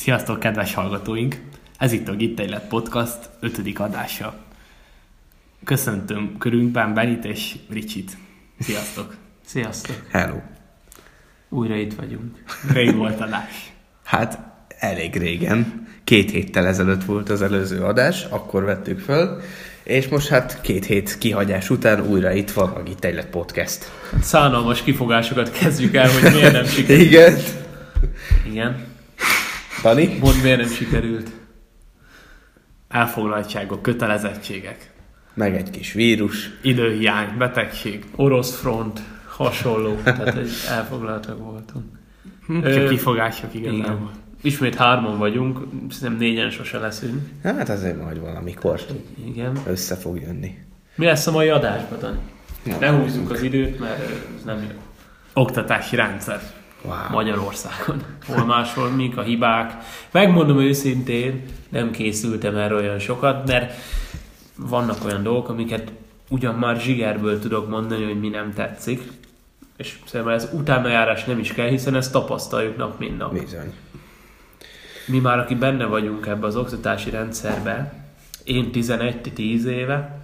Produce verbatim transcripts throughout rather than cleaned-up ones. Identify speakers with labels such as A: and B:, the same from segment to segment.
A: Sziasztok, kedves hallgatóink! Ez itt a Itt Egy Lett Podcast ötödik adása. Köszöntöm körünkben Benit és Ricsit. Sziasztok!
B: Sziasztok!
C: Hello!
B: Újra itt vagyunk.
A: Rég volt adás.
C: Hát elég régen. Két héttel ezelőtt volt az előző adás, akkor vettük föl, és most hát két hét kihagyás után újra itt van a Itt Egy Lett Podcast.
B: Szánalmas kifogásokat kezdjük el, hogy miért nem sikerült.
C: Igen?
B: Igen.
C: Dani?
B: Mondd, miért nem sikerült.
A: Elfoglaltságok, kötelezettségek,
C: Meg egy kis vírus.
A: időhiány, betegség.
B: Orosz front, hasonló. Tehát egy elfoglaltak voltunk.
A: Hm, csak
B: Ö,
A: kifogássok igazából.
B: Igen. Ismét hárman vagyunk, szerintem négyen sose leszünk.
C: Hát azért majd valamikor
B: Igen.
C: össze fog jönni.
B: Mi lesz a mai adásban, Dani?
C: Ja.
B: Ne húzzuk az időt, mert ez nem jó.
A: Oktatási rendszer.
C: Wow.
B: Magyarországon. Hol máshol, mik a hibák. Megmondom őszintén, nem készültem erre olyan sokat, mert vannak olyan dolgok, amiket ugyan már zsigerből tudok mondani, hogy mi nem tetszik. És szerintem ez utánajárás nem is kell, hiszen ezt tapasztaljuk nap mint nap.
C: Bizony.
B: Mi már, aki benne vagyunk ebbe az oktatási rendszerbe, én tizenegy, ti tíz éve,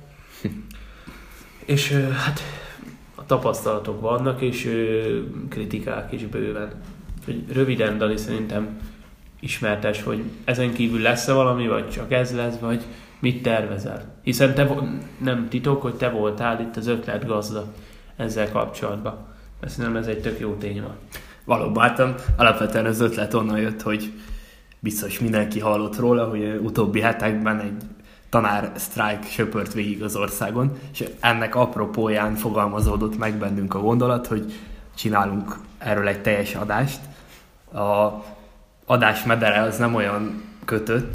B: és hát a tapasztalatok vannak, és kritikák is bőven. Úgyhogy röviden, Dani, szerintem ismertes, hogy ezen kívül lesz-e valami, vagy csak ez lesz, vagy mit tervezel? Hiszen te nem titok, hogy te voltál itt az ötletgazda ezzel kapcsolatban. Ezt szerintem ez egy tök jó téma.
A: Valóban, hát alapvetően az ötlet onnan jött, hogy biztos mindenki hallott róla, hogy utóbbi hetekben egy tanár sztrájk söpört végig az országon, és ennek apropóján fogalmazódott meg bennünk a gondolat, hogy csinálunk erről egy teljes adást. A adás medere az nem olyan kötött,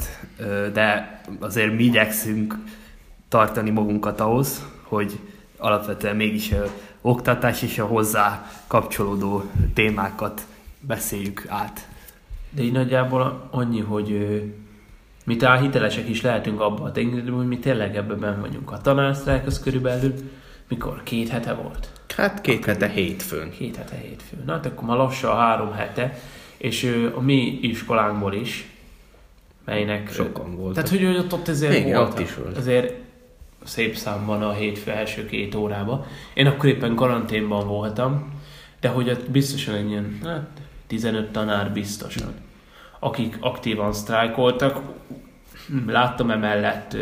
A: de azért mi igyekszünk tartani magunkat ahhoz, hogy alapvetően mégis a oktatás és a hozzá kapcsolódó témákat beszéljük át.
B: De így nagyjából annyi, hogy mi talán hitelesek is lehetünk abban a tényleg, hogy mi tényleg ebben benn vagyunk. A tanársztrájk az körülbelül mikor? Két hete volt?
C: Hát két hete hétfőn.
B: Két hete hétfőn. Na, hát akkor már lassan három hete, és a mi iskolánkból is, melynek...
C: Sokan voltak.
B: Tehát, hogy ott, ott ezért
C: igen,
B: voltak.
C: ott is volt.
B: Azért szép számban a hétfő első két órában. Én akkor éppen karanténban voltam, de hogy ott biztosan egy ilyen, hát tizenöt tanár biztosan, akik aktívan sztrájkoltak. Láttam emellett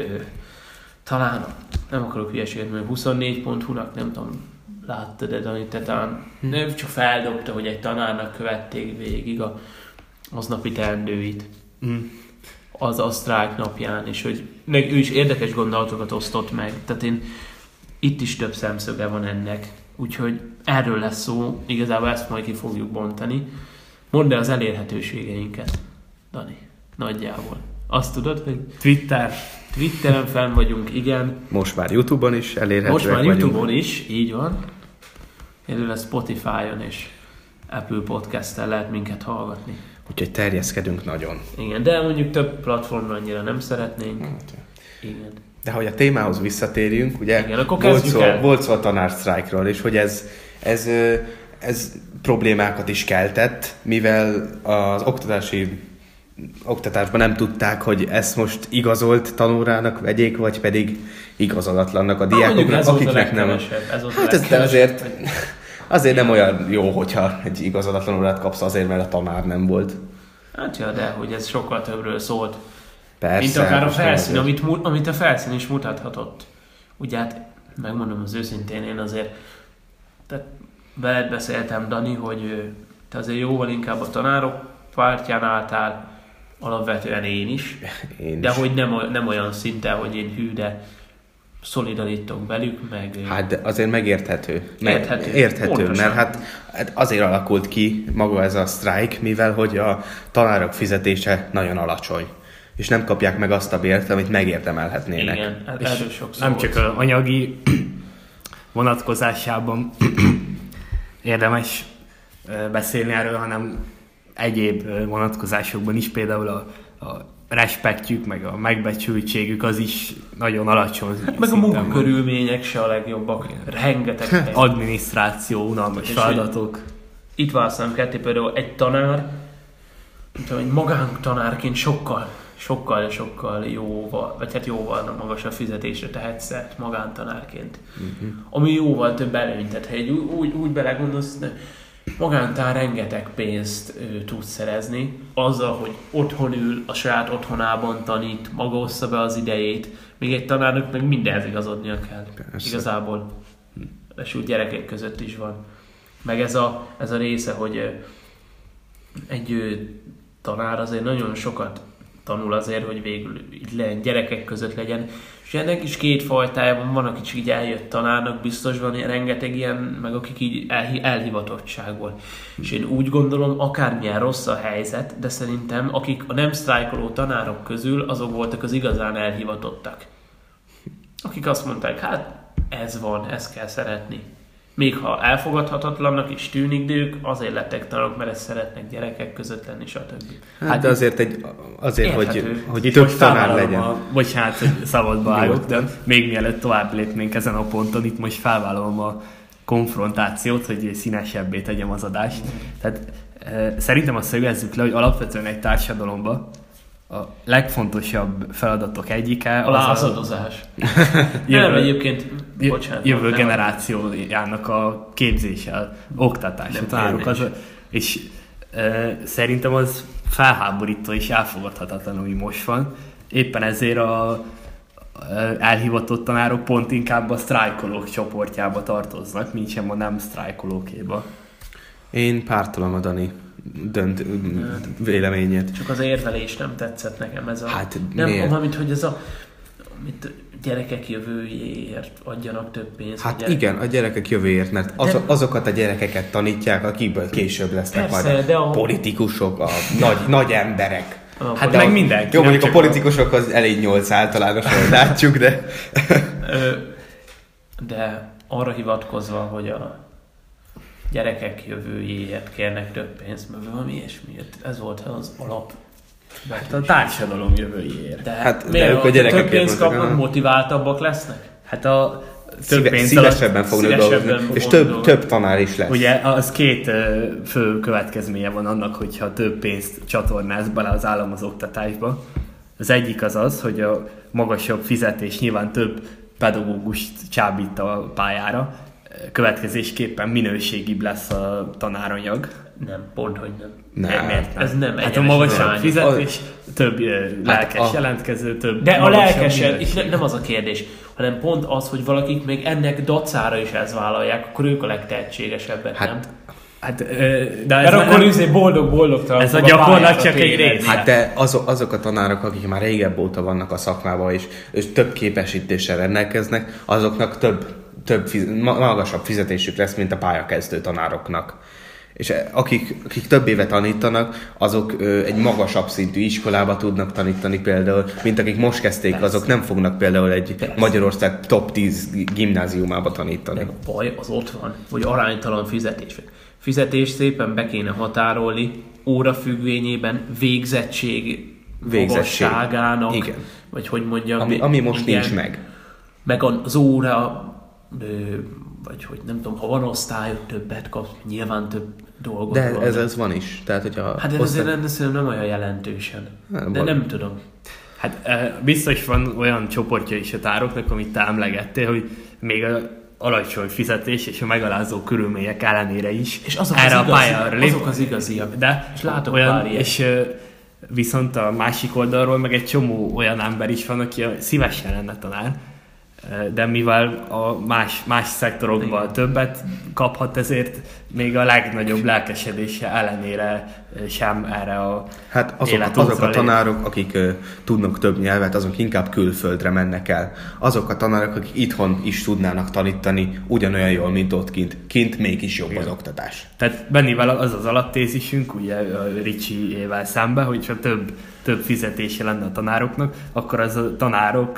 B: talán, nem akarok hülyeséget mondani, huszonnégy pont hu-nak, nem tudom, láttad, de Dani, te talán nem csak feldobta, hogy egy tanárnak követték végig a aznapi teendőit.
A: Mm.
B: Az a sztrájk napján, és hogy meg ő is érdekes gondolatokat osztott meg. Tehát én itt is több szemszöge van ennek. Úgyhogy erről lesz szó, igazából ezt majd ki fogjuk bontani. Mondd el az elérhetőségeinket, Dani, nagyjából. Azt tudod, hogy
A: Twitter.
B: Twitteren fenn vagyunk, igen.
C: Most már YouTube-on is elérhetőek
B: Most már
C: vagyunk.
B: YouTube-on is, így van. Illetve Spotify-on és Apple Podcast-tel lehet minket hallgatni.
C: Úgyhogy terjeszkedünk nagyon.
B: Igen, de mondjuk több platformra annyira nem szeretnénk. Igen.
C: De hogy a témához visszatérjünk, ugye
B: Igen, akkor
C: volt,
B: kezdjük
C: szó,
B: el.
C: volt szó a tanársztrájkról, és hogy ez, ez, ez problémákat is keltett, mivel az oktatási oktatásban nem tudták, hogy ezt most igazolt tanórának vegyék, vagy pedig igazolatlannak a diákoknak, akiknek nem.
B: Ez volt
C: Hát ez de azért, azért nem olyan jó, hogyha egy igazolatlan órát kapsz azért, mert a tanár nem volt.
B: Hát ja, de hogy ez sokkal többről szólt.
C: Persze.
B: Mint akár a
C: most
B: felszín,
C: azért-
B: amit, amit a felszín is mutathatott. Ugye hát, megmondom az őszintén, én azért, tehát veled beszéltem, Dani, hogy ö, te azért jóval inkább a tanárok pártján álltál, alapvetően én is,
C: Én
B: de
C: is.
B: hogy nem, oly- nem olyan szinten, hogy én hű, de szolidarítok velük, meg... ö,
C: Hát de azért megérthető. Meg,
B: Érthető.
C: Érthető,
B: Pontosan.
C: mert hát, hát azért alakult ki maga ez a sztrájk, mivel hogy a tanárok fizetése nagyon alacsony. És nem kapják meg azt a bért, amit megérdemelhetnének.
B: Igen,
A: És
B: erről sok szó
A: nem
B: volt.
A: csak az anyagi vonatkozásában érdemes ö, beszélni erről, hanem egyéb ö, vonatkozásokban is, például a, a respektjük, meg a megbecsültségük az is nagyon alacsony.
B: Hát meg a
A: szinten van.
B: munkakörülmények se a legjobbak. Rengeteg hely.
A: Adminisztráció, unalmas
B: És
A: feladatok.
B: Itt válaszolom ketté, például egy tanár tudom, egy magántanárként sokkal, sokkal, sokkal jóval, vagy hát jóval magasabb fizetésre tehet szert magántanárként. Uh-huh. Ami jóval több előnyt, tehát ha egy úgy, úgy belegondolsz, magántár rengeteg pénzt ő, tud szerezni, azzal, hogy otthon ül, a saját otthonában tanít, maga ossza be az idejét, még egy tanárnak meg mindenhez igazodnia kell. Persze. Igazából. És úgy gyerekek között is van. Meg ez a, ez a része, hogy egy tanár azért nagyon sokat tanul azért, hogy végül így le, gyerekek között legyen. És ennek is két fajtájában van, aki így eljött tanárnak, biztos van rengeteg ilyen, meg akik így el, elhivatottságból. És én úgy gondolom, akármilyen rossz a helyzet, de szerintem akik a nem sztrájkoló tanárok közül, azok voltak az igazán elhivatottak. Akik azt mondták, hát ez van, ezt kell szeretni. Még ha elfogadhatatlannak is tűnik, de ők azért lettek tanárok, mert ezt szeretnek gyerekek között lenni, stb.
C: Hát, hát de azért, egy, azért hogy, hogy több tanár legyen.
A: A, bocsánat, hogy szabadba állok, de még mielőtt tovább lépnénk ezen a ponton, itt most felvállalom a konfrontációt, hogy színesebbé tegyem az adást. Tehát e, szerintem azt szögezzük le, hogy alapvetően egy társadalomban a legfontosabb feladatok egyike
B: a lázadozás.
A: jövő,
B: nem, egyébként, bocsánat,
A: jövő
B: nem
A: generációjának a képzése, oktatása. Tanárok az, és e, szerintem az felháborító és elfogadhatatlan, ami most van. Éppen ezért a e, elhivatott tanárok pont inkább a sztrájkolók csoportjába tartoznak, mint sem a nem sztrájkolókéba.
C: Én pártolom a Dani dönt véleményét.
B: Csak az érvelés nem tetszett nekem ez a...
C: Hát
B: nem,
C: miért?
B: Amit, hogy ez a... Amit gyerekek jövőjéért adjanak több pénzt.
C: Hát
B: gyerek...
C: igen, a gyerekek jövőért, mert az, de... azokat a gyerekeket tanítják, akikből később lesznek
B: Persze,
C: majd a,
B: a
C: politikusok, a nagy, nagy emberek.
B: A
A: hát meg mindenki.
C: Jó, mondjuk a politikusok az elég nyolc általánosan látjuk, de...
B: de arra hivatkozva, hogy a gyerekek jövőjéért kérnek több pénzt, mert valami ilyesmiért. Ez volt az alap.
A: Hát a társadalom jövőjéért.
B: De,
C: hát,
B: miért,
C: de ők a gyerekek
B: több pénzt kapnak, a... motiváltabbak lesznek?
A: Hát a több
C: Szíve,
A: pénz
C: szívesebben fognak dolgozni, és több, több tanár is lesz.
A: Ugye az két fő következménye van annak, hogyha több pénzt csatornáz bele az állam az oktatásba. Az egyik az az, hogy a magasabb fizetés nyilván több pedagógust csábít a pályára, következésképpen minőségibb lesz a tanáranyag.
B: Nem, pont, hogy nem.
C: nem.
A: Miért nem?
B: Ez nem
A: hát a magasabb fizetés, több lelkes hát a... jelentkező, több...
B: De a lelkesen, itt ne, nem az a kérdés, hanem pont az, hogy valakik még ennek dacára is ezt vállalják, akkor ők a legtehetségesebbek,
C: hát,
B: nem?
A: Hát, de ez
B: mert akkor nem... boldog-boldogtalan.
A: Ez a gyakorlat csak egy rész.
C: Hát de azok, azok a tanárok, akik már régebb óta vannak a szakmában, és, és több képesítéssel rendelkeznek, azoknak több több fiz- magasabb fizetésük lesz, mint a pályakezdő tanároknak. És akik, akik több éve tanítanak, azok ö, egy magasabb szintű iskolába tudnak tanítani például, mint akik most kezdték, Persze. azok nem fognak például egy Persze. Magyarország top tíz gimnáziumába tanítani.
B: De a baj az ott van, hogy aránytalan fizetés. Fizetés szépen be kéne határolni, óra függvényében végzettség,
C: végzettség.
B: magasságának,
C: Igen.
B: vagy hogy mondjam.
C: Ami, ami most
B: igen,
C: nincs meg.
B: Meg az óra, vagy hogy nem tudom, ha van osztályod, többet kapsz, nyilván több dolgot
C: de
B: van.
C: ez, ez van is. Tehát, hogyha
B: hát ez osztály... azért szerintem nem olyan jelentősen. Hát, de van. Nem tudom.
A: Hát biztos van olyan csoportja is a tároknak, amit te emlegettél, hogy még a alacsony fizetés és a megalázó körülmények ellenére is
B: és azok
A: erre
B: az
A: a pályára
B: lép. Azok az igaziak.
A: De
B: és látok
A: olyan,
B: pár
A: és viszont a másik oldalról meg egy csomó olyan ember is van, aki szívesen lenne tanár, de mivel a más, más szektorokban Igen. többet kaphat, ezért még a legnagyobb lelkesedése ellenére sem erre a
C: Hát azok, azok a tanárok, akik uh, tudnak több nyelvet, azok inkább külföldre mennek el. Azok a tanárok, akik itthon is tudnának tanítani ugyanolyan jól, mint ott kint. Kint mégis jobb Igen. az oktatás.
A: Tehát Bennivel az az alaptézisünk, ugye a Ricsiével szemben, hogyha több, több fizetése lenne a tanároknak, akkor az a tanárok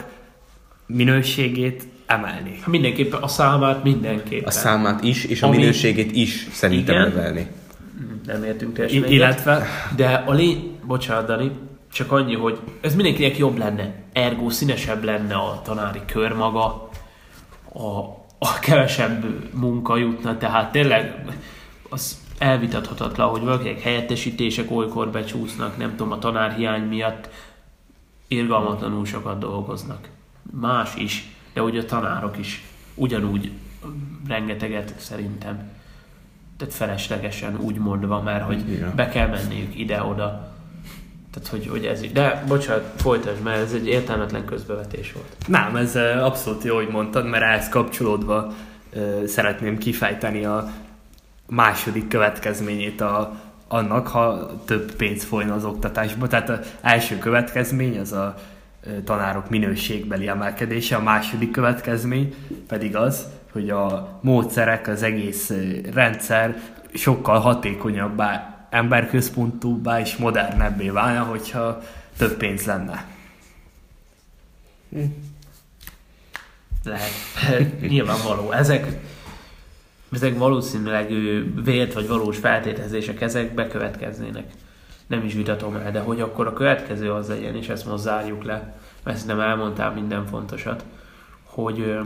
A: minőségét emelni.
B: Mindenképpen a számát mindenképpen.
C: A számát is, és a Ami... minőségét is szerintem
B: Igen.
C: növelni.
B: Nem értünk teljesen
A: I- Illetve...
B: De a lény... Bocsánat, Dani, csak annyi, hogy ez mindenkinek jobb lenne. Ergo színesebb lenne a tanári kör maga, a, a kevesebb munka jutna, tehát tényleg az elvitathatatlan, hogy valakinek helyettesítések olykor becsúsznak, nem tudom, a tanárhiány miatt irgalmatlanul sokat dolgoznak. Más is, de ugye a tanárok is ugyanúgy rengeteget szerintem. Tehát feleslegesen úgy mondva, mert hogy
C: Igen.
B: be kell menniük ide-oda. Tehát, hogy, hogy ez így. De bocsánat, folytasd, mert ez egy értelmetlen közbevetés volt.
A: Nem, ez eh, abszolút jó, hogy mondtad, mert ehhez kapcsolódva uh, szeretném kifejteni a második következményét a, annak, ha több pénz folyna az oktatásba. Tehát az első következmény az a uh, tanárok minőségbeli emelkedése, a második következmény pedig az, hogy a módszerek, az egész uh, rendszer sokkal hatékonyabbá, emberközpontúbbá és modernebbé válna, hogyha több pénz lenne.
B: Hm. Lehet. Nyilvánvaló. Ezek, ezek valószínűleg vélt vagy valós feltételezések, ezek bekövetkeznének. Nem is vitatom el, de hogy akkor a következő az legyen, és ezt most zárjuk le, mert szerintem elmondtál minden fontosat, hogy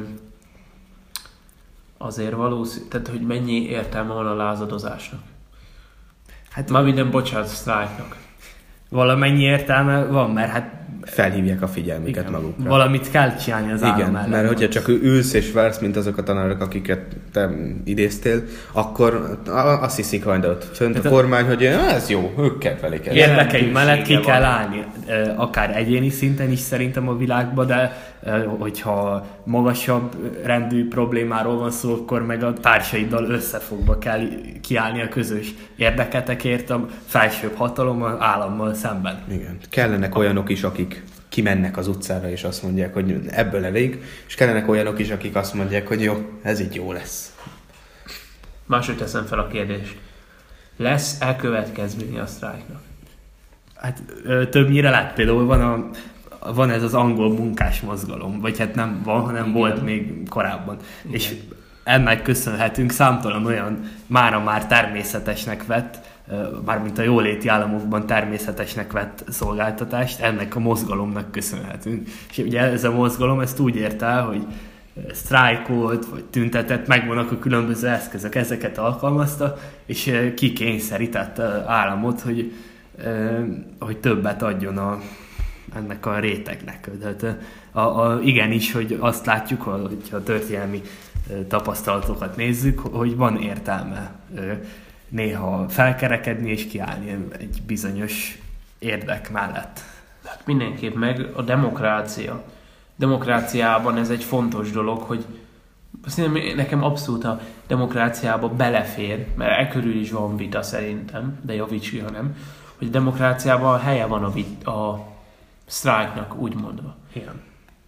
B: azért valószínű, tehát hogy mennyi értelme van a lázadozásnak. Hát már minden bocsánat, sztrájknak.
A: Valamennyi értelme van, mert hát
C: felhívják a figyelmüket
A: igen,
C: magukra.
A: Valamit kell csinálni az állam
C: igen,
A: mellett.
C: mert hogyha csak ülsz és vársz, mint azok a tanárok, akiket te idéztél, akkor azt hiszik majd ott fönt a kormány, hogy ez jó, ők kedvelik ezt.
A: Érdekeim mellett ki kell
B: van.
A: állni, akár egyéni szinten is szerintem a világban, de hogyha magasabb rendű problémáról van szó, akkor meg a társaiddal összefogva kell kiállni a közös érdeketekért a felsőbb hatalom az állammal szemben.
C: Igen. Kellenek olyanok is, akik kimennek az utcára és azt mondják, hogy ebből elég, és kellenek olyanok is, akik azt mondják, hogy jó, ez így jó lesz.
B: Máshogy teszem fel a kérdést. Lesz elkövetkezménye a sztrájknak?
A: Hát ö, többnyire lett, például van, a, van ez az angol munkás mozgalom, vagy hát nem van, hanem igen. Volt még korábban. Igen. És ennek köszönhetünk számtalan olyan mára már természetesnek vett, mármint a jóléti államokban természetesnek vett szolgáltatást, ennek a mozgalomnak köszönhetünk. És ugye ez a mozgalom ezt úgy ért el, hogy sztrájkolt, vagy tüntetett, megvannak a különböző eszközök, ezeket alkalmazta, és kikényszerített államot, hogy, hogy többet adjon a, ennek a rétegnek. Tehát a, a, igenis, hogy azt látjuk, hogyha a történelmi tapasztalatokat nézzük, hogy van értelme néha felkerekedni és kiállni egy bizonyos érdek mellett.
B: Hát mindenképp meg a demokrácia. Demokráciában ez egy fontos dolog, hogy szerintem nekem abszolút a demokráciába belefér, mert e körül is van vita szerintem, de javíts ki, ha nem, hogy a demokráciában helye van a, vit, a sztrájknak, úgy mondva.
A: Igen.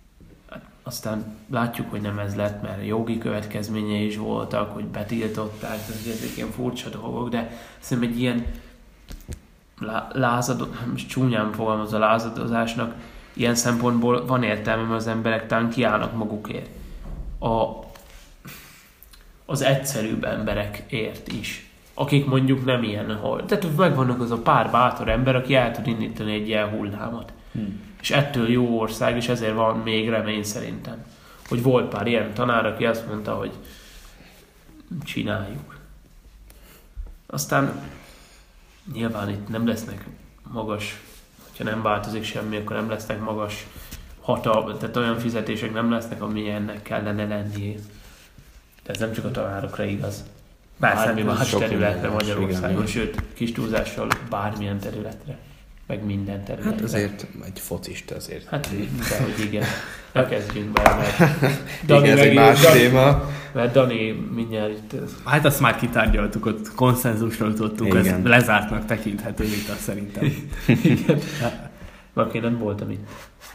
B: Aztán látjuk, hogy nem ez lett, mert jogi következményei is voltak, hogy betiltották, ezek ilyen furcsa dolgok, de szerintem egy ilyen lázadozás, most csúnyán fogalmaz a lázadozásnak, ilyen szempontból van értelme, mert az emberek talán kiállnak magukért. A, az egyszerűbb emberekért is, akik mondjuk nem ilyen hol. Tehát megvannak az a pár bátor ember, aki el tud indítani egy ilyen hullámot. Hmm. És ettől jó ország, és ezért van még remény szerintem. Hogy volt pár ilyen tanár, aki azt mondta, hogy csináljuk. Aztán nyilván itt nem lesznek magas, ha nem változik semmi, akkor nem lesznek magas hatalmas, tehát olyan fizetések nem lesznek, amilyennek kellene lennie. De ez nem csak a tanárokra igaz. Bármi más területre Magyarországon, sőt, kis túlzással bármilyen területre. Meg minden területre.
C: Hát azért egy focista azért.
B: Hát de hogy igen. Ne kezdjünk be, mert
C: Dani igen, ez egy más
B: Dani,
C: téma.
B: Mert Dani mindjárt itt...
A: Hát azt már kitárgyaltuk, ott konszenzusra jutottunk, ez lezártnak tekinthető vita szerintem.
B: Igen. Valaki nem voltam itt.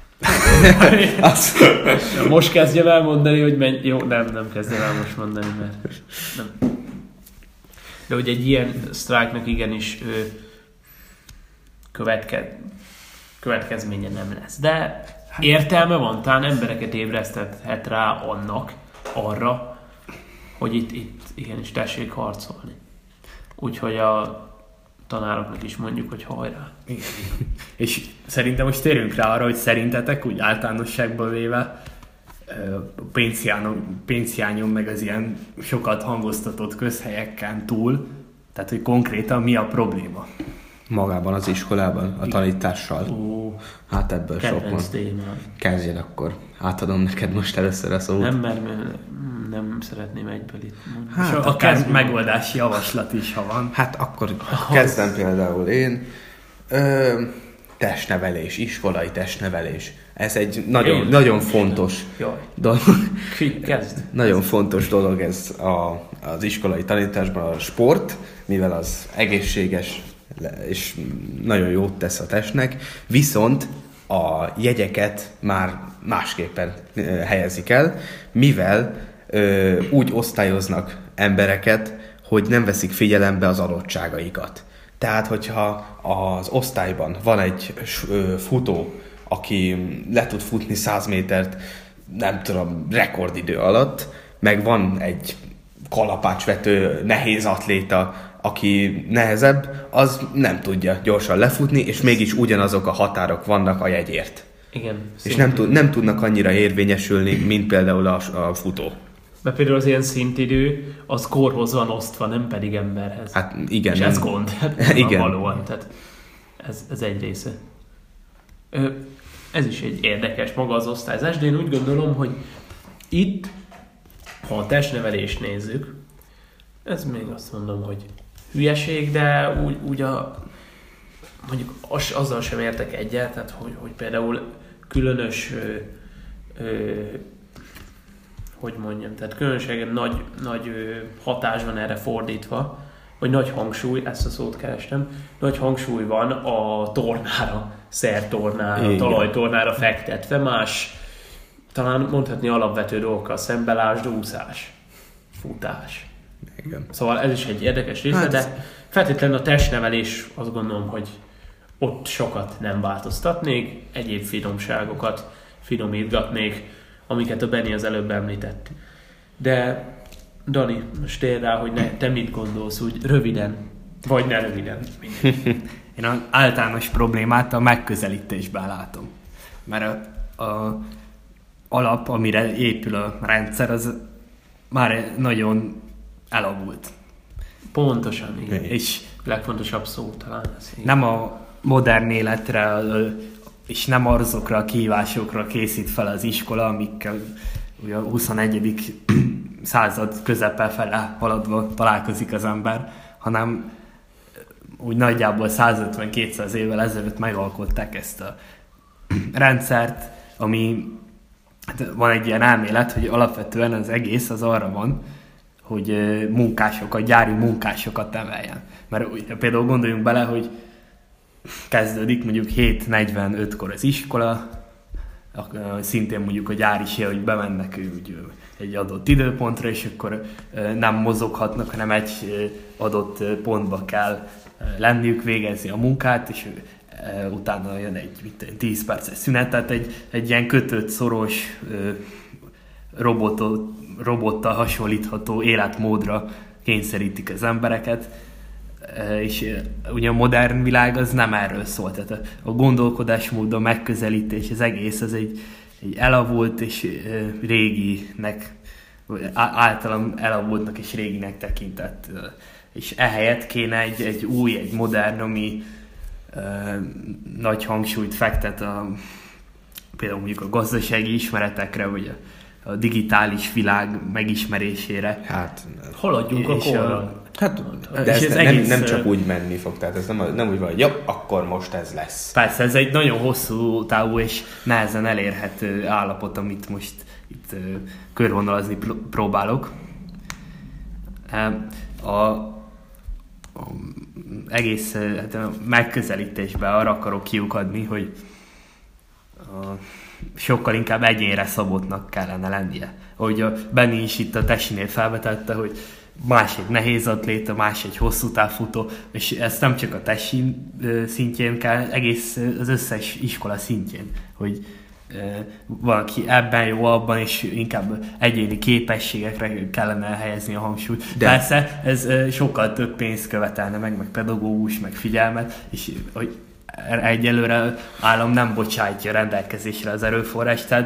B: Most kezdjem el mondani, hogy menj... Jó, nem, nem kezdjem el most mondani, mert nem. De hogy egy ilyen sztrájknak igenis ő, követke, következménye nem lesz. De értelme van, talán embereket ébresztethet rá annak, arra, hogy itt, itt igenis tessék harcolni. Úgyhogy a tanároknak is mondjuk, hogy hajrá.
A: Igen. És szerintem most térjünk rá arra, hogy szerintetek úgy általánosságban véve pénzhiányon, pénzhiányon meg az ilyen sokat hangoztatott közhelyeken túl Tehát, hogy konkrétan mi a probléma?
C: Magában az iskolában, a tanítással.
B: Ó,
C: Hát ebből sok van.
B: kedvenc témám.
C: Kezdjed akkor. Átadom neked most először a szót.
B: Nem, mert mert nem szeretném egyből itt mondani.
C: Hát,
A: És
C: akkor
A: akár
B: kezdjük.
A: megoldási javaslat is, ha van.
C: Hát akkor kezdem például én. Ö, testnevelés, iskolai testnevelés. Ez egy nagyon,
B: Én?
C: nagyon fontos
B: Jaj,
C: dolog.
B: ki kezd.
C: Nagyon fontos dolog ez a, az iskolai tanításban a sport, mivel az egészséges le- és nagyon jót tesz a testnek, viszont a jegyeket már másképpen ö, helyezik el, mivel ö, úgy osztályoznak embereket, hogy nem veszik figyelembe az adottságaikat. Tehát, hogyha az osztályban van egy ö, futó, aki le tud futni száz métert, nem tudom, rekordidő alatt, meg van egy kalapácsvető nehéz atléta, aki nehezebb, az nem tudja gyorsan lefutni, és mégis ugyanazok a határok vannak a jegyért.
B: Igen.
C: És nem, tud, nem tudnak annyira érvényesülni, mint például a, a futó.
B: Mert például az ilyen szintidő, az korhoz van osztva, nem pedig emberhez.
C: Hát igen.
B: És
C: nem.
B: ez gond. Hát
C: Igen.
B: valóan. Tehát ez, ez egy része. Ö, ez is egy érdekes maga az osztályzás, de én úgy gondolom, hogy itt, ha a testnevelést nézzük, ez még azt mondom, hogy hülyeség, de úgy, úgy a, mondjuk az, azzal sem értek egyet, tehát hogy, hogy például különös ö, ö, hogy mondjam, tehát különösen nagy, nagy ö, hatás van erre fordítva, vagy nagy hangsúly, ezt a szót kerestem, nagy hangsúly van a tornára, szertornára,
C: Igen.
B: talajtornára fektetve, más, talán mondhatni alapvető dolgokkal szembe, lásd, úszás, futás.
C: Igen.
B: Szóval ez is egy érdekes része,
C: Hát-
B: de feltétlenül a testnevelés, azt gondolom, hogy ott sokat nem változtatnék, egyéb finomságokat finomítgatnék, amiket a Benni az előbb említett. De Dani, most tér rá, hogy ne, te mit gondolsz úgy röviden, vagy ne röviden.
A: Én az általános problémát a megközelítésben látom. Mert a, a alap, amire épül a rendszer, az már nagyon elavult.
B: Pontosan, igen.
C: Igen.
A: És
B: Legfontosabb szó talán ez. Igen.
A: nem a modern életre, és nem azokra a kihívásokra készít fel az iskola, amikkel ugye a huszonegyedik század közepe fele haladva találkozik az ember, hanem úgy nagyjából százötven-kétszáz évvel ezelőtt megalkották ezt a rendszert, ami hát van egy ilyen elmélet, hogy alapvetően az egész az arra van, hogy munkásokat, gyári munkásokat neveljen. Mert például gondoljunk bele, hogy kezdődik mondjuk hét negyvenötkor az iskola, szintén mondjuk a gyári hogy bemennek úgy egy adott időpontra, és akkor nem mozoghatnak, hanem egy adott pontba kell lenniük, végezni a munkát, és utána jön egy tíz perces szünet, tehát egy, egy ilyen kötött, szoros robotot, robottal hasonlítható életmódra kényszerítik az embereket, és ugye a modern világ az nem erről szól, tehát a, a gondolkodásmód, a megközelítés, az egész az egy, egy elavult és réginek, általam elavultnak és réginek tekintett, és ehelyett kéne egy, egy új, egy modern, ami uh, nagy hangsúlyt fektet a, például mondjuk a gazdasági ismeretekre, vagy a, a digitális világ megismerésére.
C: Hát,
B: Haladjunk a
A: És
B: korral.
A: a-
C: hát
A: És
C: de ez
A: ez
C: nem,
A: egész,
C: nem csak
A: ö,
C: úgy menni fog, tehát ez nem, nem úgy van, hogy jobb, akkor most ez lesz.
A: Persze, ez egy nagyon hosszú távú és nehezen elérhető állapot, amit most itt uh, körvonalazni pr- próbálok. Uh, a, a egész uh, hát a megközelítésben arra akarok kiukadni, hogy a, sokkal inkább egyénre szabottnak kellene lennie. Ahogy a Benni is itt a Tesinél felvetette, hogy más egy nehéz atléta, más egy hosszú távfutó, és ezt nem csak a Tesi szintjén kell, egész az összes iskola szintjén, hogy valaki ebben jó, abban, és inkább egyéni képességekre kellene helyezni a hangsúlyt. De persze ez sokkal több pénzt követelne meg, meg pedagógus, meg figyelmet, és hogy egyelőre állam nem bocsájtja rendelkezésre az erőforrást, tehát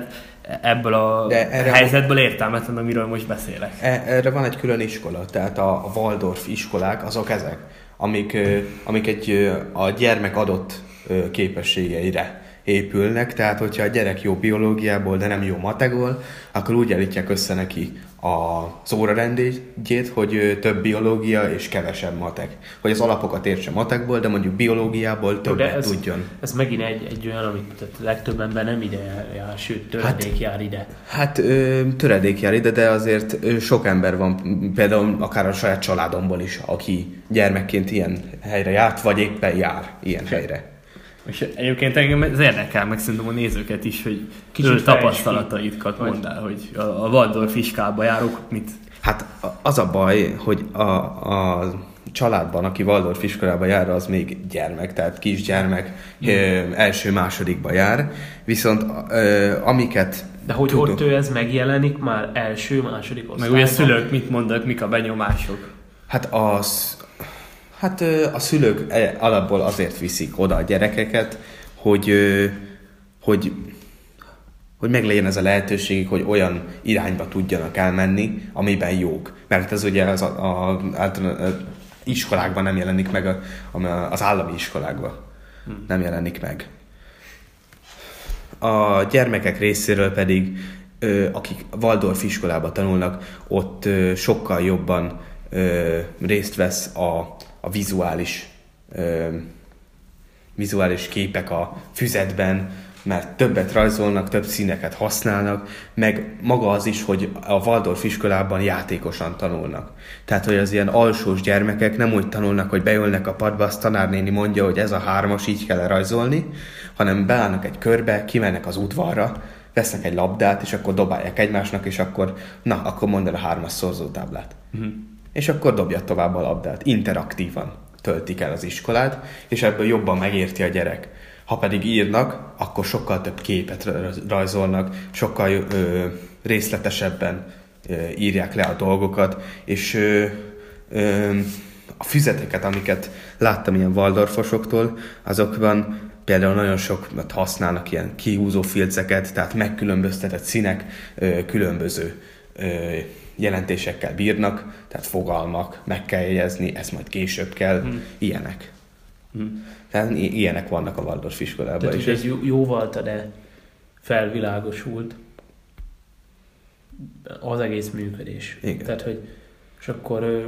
A: ebből a
C: erre
A: helyzetből értelmetlen, amiről most beszélek.
C: Erre van egy külön iskola, tehát a Waldorf iskolák, azok ezek, amik, amik egy, a gyermek adott képességeire épülnek, tehát hogyha a gyerek jó biológiából, de nem jó matekból, akkor úgy állítják össze neki az órarendjét, hogy több biológia és kevesebb matek. Hogy az alapokat értse matekból, de mondjuk biológiából többet
B: ez,
C: tudjon.
B: Ez megint egy, egy olyan, amit legtöbb ember nem ide jár, sőt töredék hát, jár ide.
C: Hát ö, töredék jár ide, de azért ö, sok ember van, például akár a saját családomból is, aki gyermekként ilyen helyre járt, vagy éppen jár ilyen helyre.
A: És egyébként engem ez érdekel, meg szerintem a nézőket is, hogy ő tapasztalataitkat mondd el, hogy a Waldorf iskolába járok, mit?
C: Hát az a baj, hogy a, a családban, aki Waldorf iskolába jár, az még gyermek, tehát kisgyermek, mm. első-másodikba jár, viszont ö, amiket...
B: De hogy tudunk, ott ő ez megjelenik már első-második osztályban?
A: Meg ugye a szülők mit mondanak, mik a benyomások?
C: Hát az... Hát a szülők alapból azért viszik oda a gyerekeket, hogy, hogy, hogy meglegyen ez a lehetőség, hogy olyan irányba tudjanak elmenni, amiben jók. Mert ez ugye az, a, a, általán iskolákban nem jelenik meg, a, az állami iskolákban hmm. nem jelenik meg. A gyermekek részéről pedig, akik Waldorf iskolába tanulnak, ott sokkal jobban részt vesz a a vizuális, ö, vizuális képek a füzetben, mert többet rajzolnak, több színeket használnak, meg maga az is, hogy a Waldorf iskolában játékosan tanulnak. Tehát, hogy az ilyen alsós gyermekek nem úgy tanulnak, hogy beülnek a padba, azt tanárnéni mondja, hogy ez a hármas, így kell rajzolni, hanem beállnak egy körbe, kimennek az udvarra, vesznek egy labdát, és akkor dobálják egymásnak, és akkor, na, akkor mondd el a hármas szorzótáblát. Uh-huh. És akkor dobja tovább a labdát. Interaktívan töltik el az iskolát, és ebből jobban megérti a gyerek. Ha pedig írnak, akkor sokkal több képet rajzolnak, sokkal ö, részletesebben ö, írják le a dolgokat, és ö, ö, a füzeteket, amiket láttam ilyen Waldorfosoktól, azokban például nagyon sokat használnak ilyen kihúzó filceket, tehát megkülönböztetett színek ö, különböző ö, jelentésekkel bírnak, tehát fogalmak, meg kell jegyezni, ezt majd később kell, hmm. ilyenek. Hmm. Tehát ilyenek vannak a Waldorf iskolában.
B: Tehát, hogy ez jóval de felvilágosult az egész működés.
C: Igen.
B: Tehát, hogy és akkor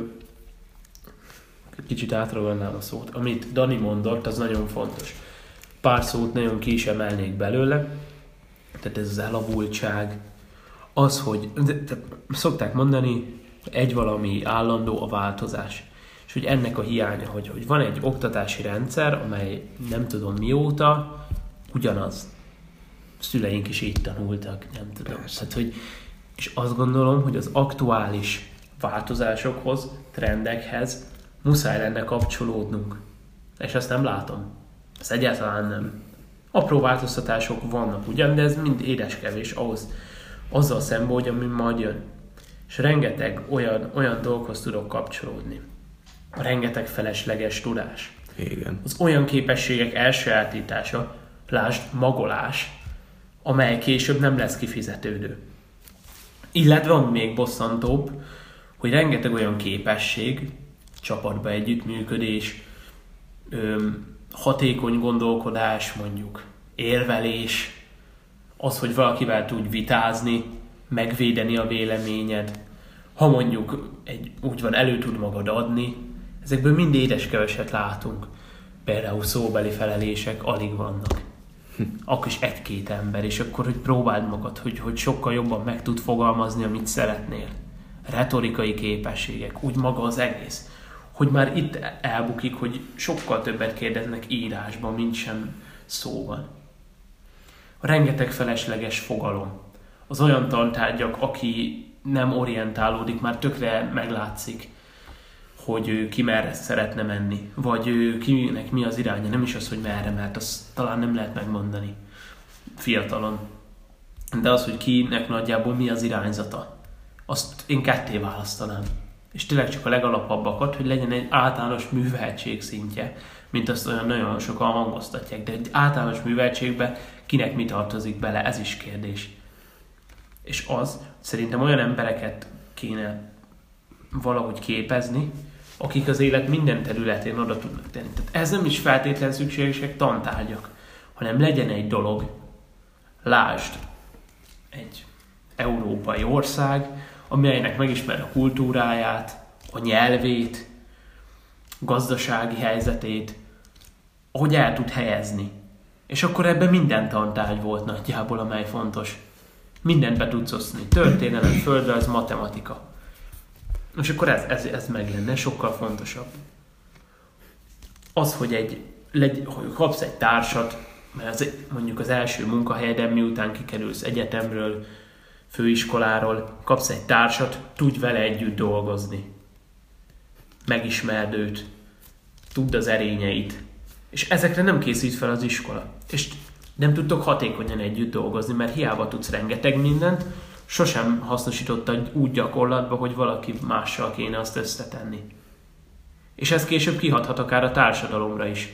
B: kicsit átragadnám a szót. Amit Dani mondott, az nagyon fontos. Pár szót nagyon ki is emelnék belőle. Tehát ez az elavultság, az, hogy de, de, szokták mondani, egy valami állandó a változás. És hogy ennek a hiánya, hogy, hogy van egy oktatási rendszer, amely nem tudom mióta, ugyanaz. Szüleink is így tanultak, nem tudom. Tehát, hogy, és azt gondolom, hogy az aktuális változásokhoz, trendekhez muszáj lenne kapcsolódnunk. És ezt nem látom. Ez egyáltalán nem. Apró változtatások vannak ugyan, de ez mind édeskevés ahhoz, azzal szemben, hogy ami majd jön. És rengeteg olyan, olyan dolgokhoz tudok kapcsolódni. Rengeteg felesleges tudás.
C: Igen.
B: Az olyan képességek elsajátítása, lásd, magolás, amely később nem lesz kifizetődő. Illetve van még bosszantóbb, hogy rengeteg olyan képesség, csapatba együttműködés, öm, hatékony gondolkodás, mondjuk érvelés, az, hogy valakivel tudj vitázni, megvédeni a véleményed, ha mondjuk egy, úgy van, elő tud magad adni, ezekből mind édeskeveset látunk. Például szóbeli felelések alig vannak. Akkor is egy-két ember, és akkor, hogy próbáld magad, hogy, hogy sokkal jobban meg tud fogalmazni, amit szeretnél. Retorikai képességek, úgy maga az egész. Hogy már itt elbukik, hogy sokkal többet kérdeznek írásban, mint sem szóval. A rengeteg felesleges fogalom. Az olyan tantárgyak, aki nem orientálódik, már tökre meglátszik, hogy ő ki merre szeretne menni, vagy ő kinek mi az iránya, nem is az, hogy merre, mert azt talán nem lehet megmondani fiatalon. De az, hogy kinek nagyjából mi az irányzata, azt én ketté választanám. És tényleg csak a legalapabbakat, hogy legyen egy általános műveltség szintje, mint azt olyan nagyon sokan hangoztatják, de egy általános műveltségbe kinek mi tartozik bele, ez is kérdés. És az, szerintem olyan embereket kéne valahogy képezni, akik az élet minden területén oda tudnak tenni. Tehát ez nem is feltétlenül szükségesek tantárgyak, hanem legyen egy dolog, lásd, egy európai ország, amelynek megismer a kultúráját, a nyelvét, gazdasági helyzetét, ahogy el tud helyezni. És akkor ebben minden tantárgy volt nagyjából, amely fontos. Mindent be tudsz osztani. Történelem, földrajz, matematika. És akkor ez, ez, ez meg lenne, sokkal fontosabb. Az, hogy, egy, legy, hogy kapsz egy társat, mert az, mondjuk az első munkahelyeden, miután kikerülsz egyetemről, főiskoláról, kapsz egy társat, tudj vele együtt dolgozni. Megismerd őt, tudd az erényeit. És ezekre nem készít fel az iskola. És nem tudtok hatékonyan együtt dolgozni, mert hiába tudsz rengeteg mindent, sosem hasznosítottad úgy gyakorlatba, hogy valaki mással kéne azt összetenni. És ez később kihathat akár a társadalomra is.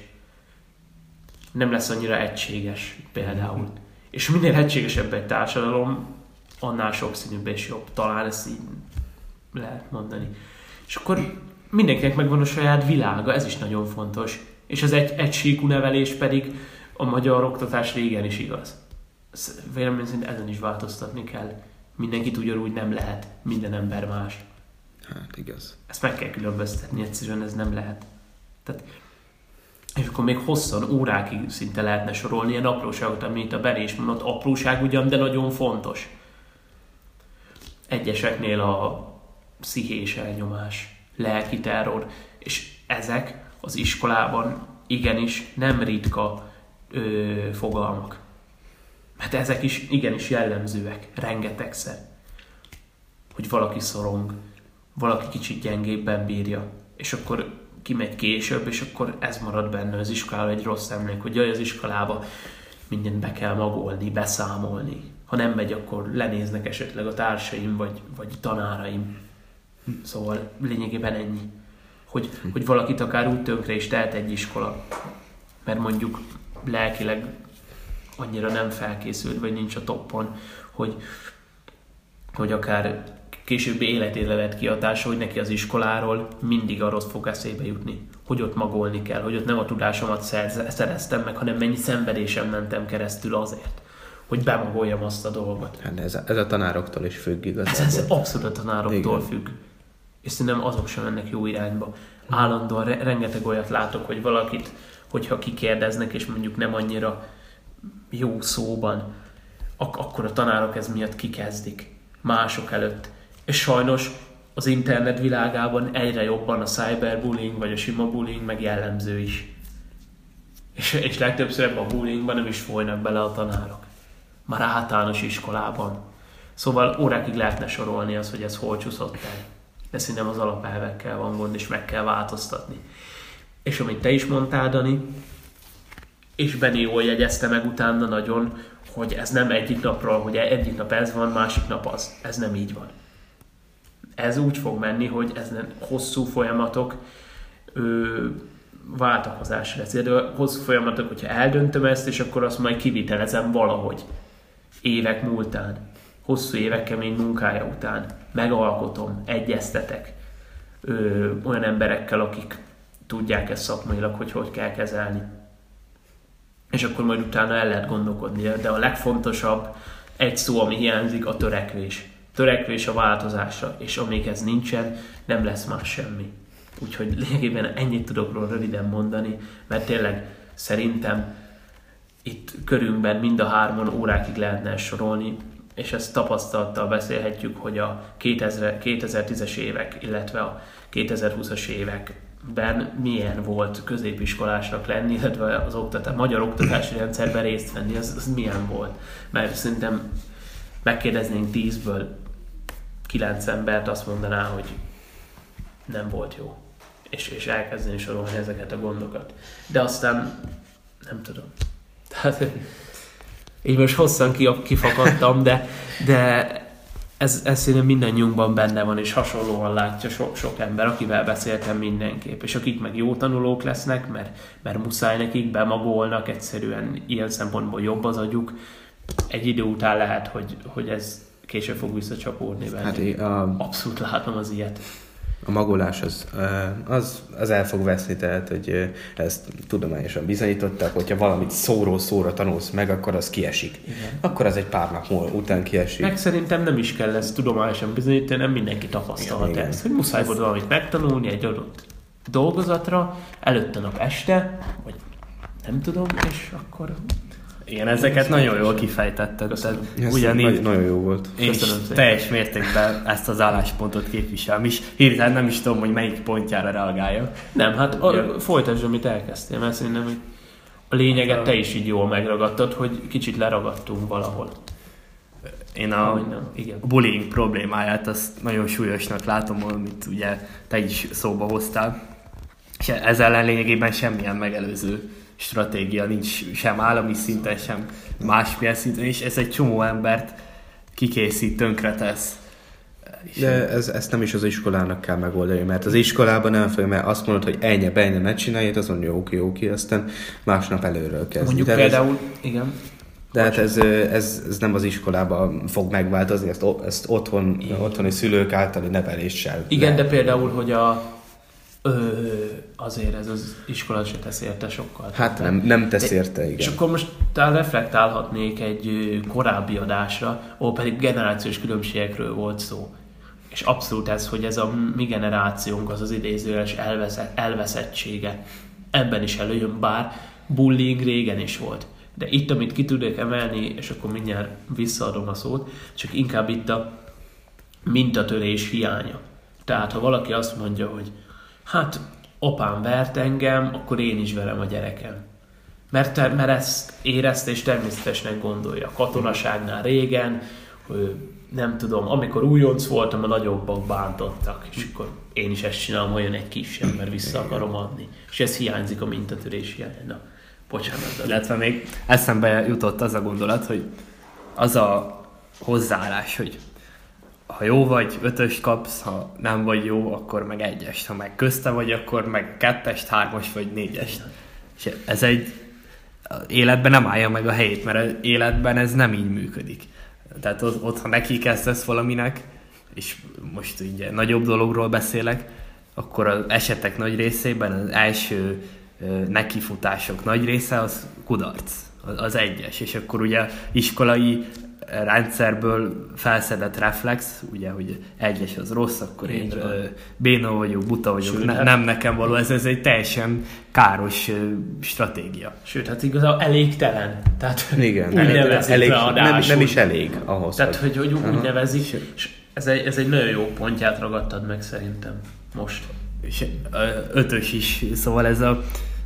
B: Nem lesz annyira egységes például. És minél egységesebb egy társadalom, annál sokszínűbb és jobb. Talán ezt így lehet mondani. És akkor mindenkinek megvan a saját világa, ez is nagyon fontos. És az egy, egysíkú nevelés pedig a magyar oktatás régen is igaz. Vélemény szerint ezen is változtatni kell. Mindenkit ugyanúgy nem lehet, minden ember más.
C: Hát igaz.
B: Ezt meg kell különböztetni, egyszerűen ez nem lehet. Tehát, és akkor még hosszan, órákig szinte lehetne sorolni ilyen apróságot, amit a Benés mondott, apróság ugyan, de nagyon fontos. Egyeseknél a pszichés elnyomás, lelki terror, és ezek az iskolában igenis nem ritka ö, fogalmak. Mert ezek is igenis jellemzőek, rengetegszer. Hogy valaki szorong, valaki kicsit gyengébben bírja, és akkor kimegy később, és akkor ez marad benne az iskolában egy rossz emlék, hogy jaj, az iskolába mindent be kell magolni, beszámolni. Ha nem megy, akkor lenéznek esetleg a társaim, vagy, vagy tanáraim. Szóval lényegében ennyi. Hogy, hogy valakit akár úgy tönkre is tehet egy iskola, mert mondjuk lelkileg annyira nem felkészült, vagy nincs a toppon, hogy, hogy akár későbbi életére lett kiadása, hogy neki az iskoláról mindig a rossz fog eszébe jutni. Hogy ott magolni kell, hogy ott nem a tudásomat szereztem meg, hanem mennyi szenvedésen mentem keresztül azért, hogy bemagoljam azt a dolgot.
C: Hát ez a, ez a tanároktól is függ igazából.
B: Ez, ez abszolút a tanároktól
C: Igen.
B: függ. És szerintem azok sem mennek jó irányba. Állandóan re- rengeteg olyat látok, hogy valakit, hogyha kikérdeznek, és mondjuk nem annyira jó szóban, ak- akkor a tanárok ez miatt kikezdik mások előtt. És sajnos az internet világában egyre jobban a cyberbullying, vagy a sima bullying meg jellemző is. És, és legtöbbször ebben a bullyingban nem is folynak bele a tanárok. Már általános iskolában. Szóval órákig lehetne sorolni az, hogy ez hol csúszott el. De szerintem az alapelvekkel van gond, és meg kell változtatni. És amit te is mondtál, Dani, és Benni jól jegyezte meg utána nagyon, hogy ez nem egyik napról, hogy egyik nap ez van, másik nap az. Ez nem így van. Ez úgy fog menni, hogy ez nem hosszú folyamatok, ö, váltakozás lesz. De hosszú folyamatok, hogyha eldöntöm ezt, és akkor azt majd kivitelezem valahogy. Évek múltán, hosszú évek kemény munkája után megalkotom, egyeztetek ö, olyan emberekkel, akik tudják ezt szakmailag, hogy hogy kell kezelni. És akkor majd utána el lehet gondolkodni. De a legfontosabb egy szó, ami hiányzik, a törekvés. Törekvés a változásra, és amíg ez nincsen, nem lesz más semmi. Úgyhogy lényegében ennyit tudok róla röviden mondani, mert tényleg szerintem itt körünkben mind a hárman órákig lehetne sorolni, és ezt tapasztalattal beszélhetjük, hogy a kétezer-tízes évek, illetve a kétezer-húszas években milyen volt középiskolásnak lenni, illetve az oktatás, magyar oktatási rendszerben részt venni, az, az milyen volt. Mert szerintem megkérdeznénk tízből kilenc embert, azt mondaná, hogy nem volt jó. És, és elkezdeni sorolni ezeket a gondokat. De aztán nem tudom. Tehát így most hosszan kifakadtam, de, de ez, ez szerintem mindannyiunkban benne van, és hasonlóan látja so, sok ember, akivel beszéltem mindenképp. És akik meg jó tanulók lesznek, mert, mert muszáj nekik, bemagolnak, egyszerűen ilyen szempontból jobb az agyuk. Egy idő után lehet, hogy, hogy ez később fog visszacsapódni benne.
C: Hát a,
B: abszolút látom az ilyet.
C: A magolás az, az, az el fog veszni, tehát hogy ezt tudományosan bizonyították, hogyha valamit szóról szóra tanulsz meg, akkor az kiesik.
B: Igen.
C: Akkor az egy pár nap múlva után kiesik.
B: Meg szerintem nem is kell ezt tudományosan bizonyítani, nem mindenki tapasztalhat
C: igen,
B: ezt, hogy muszáj volt valamit megtanulni egy adott dolgozatra, előtte nap este, vagy nem tudom, és akkor...
A: Igen, ezeket nagyon jól kifejtetted.
C: Ugyanígy nagyon jó volt.
A: Én is teljes mértékben ezt az álláspontot képviselem is. Hirtelen nem is tudom, hogy melyik pontjára reagáljak.
B: Nem, hát a, folytasd, amit elkezdtél, mert szerintem hogy a lényeget te is így jól megragadtad, hogy kicsit leragadtunk valahol.
A: Én a, a bullying problémáját azt nagyon súlyosnak látom, amit ugye te is szóba hoztál. És ez ellen lényegében semmilyen megelőző stratégia nincs sem állami szinten, sem másmilyen szinten, és ez egy csomó embert kikészít, tönkretesz.
C: De ez, ezt nem is az iskolának kell megoldani, mert az iskolában nem fogja, mert azt mondod, hogy ennyi, ennyi, ne csinálj, az mondja, oké, oké, aztán másnap előről kezd.
B: Mondjuk
C: de
B: például,
C: ez,
B: igen.
C: De hát ez, ez, ez nem az iskolában fog megváltozni, ezt, ezt otthon, otthoni szülők általi neveléssel.
B: Igen, le. De például, hogy a Ö, azért ez az iskola se tesz érte sokkal.
C: Hát nem, nem tesz érte, igen.
B: És akkor most talán reflektálhatnék egy korábbi adásra, ahol pedig generációs különbségekről volt szó. És abszolút ez, hogy ez a mi generációnk az az idézőjeles elveszett, elveszettsége. Ebben is előjön, bár bullying régen is volt. De itt, amit ki tudok emelni, és akkor mindjárt visszaadom a szót, csak inkább itt a mintatörés hiánya. Tehát ha valaki azt mondja, hogy hát apám vert engem, akkor én is verem a gyerekem. Mert, mert ezt érezte és természetesnek gondolja. A katonaságnál régen, nem tudom, amikor újonc voltam, a nagyobbak bántottak, és akkor én is ezt csinálom, hogy jön egy kisebb, mert vissza akarom adni. És ez hiányzik a mintatörés hiánya. Bocsánat.
A: Illetve még eszembe jutott az a gondolat, hogy az a hozzáállás, hogy ha jó vagy, ötöst kapsz, ha nem vagy jó, akkor meg egyest. Ha meg közte vagy, akkor meg kettest, hármas vagy négyest. És ez egy életben nem állja meg a helyét, mert az életben ez nem így működik. Tehát ott, ott ha neki kezdesz valaminek, és most ugye nagyobb dologról beszélek, akkor az esetek nagy részében az első nekifutások nagy része az kudarc, az, az egyes. És akkor ugye iskolai rendszerből felszedett reflex, ugye, hogy egyes az rossz, akkor én béna vagyok, buta vagyok, Sőt, ne, hát... nem nekem való, ez, ez egy teljesen káros uh, stratégia.
B: Sőt, hát igazából elégtelen. Tehát
C: igen,
B: úgy nevezik
C: elég, nem, nem is elég ahhoz.
B: Tehát, hogy, hogy úgy uh-huh. nevezik, és ez egy, ez egy nagyon jó pontját ragadtad meg szerintem most.
A: És ötös is, szóval ez a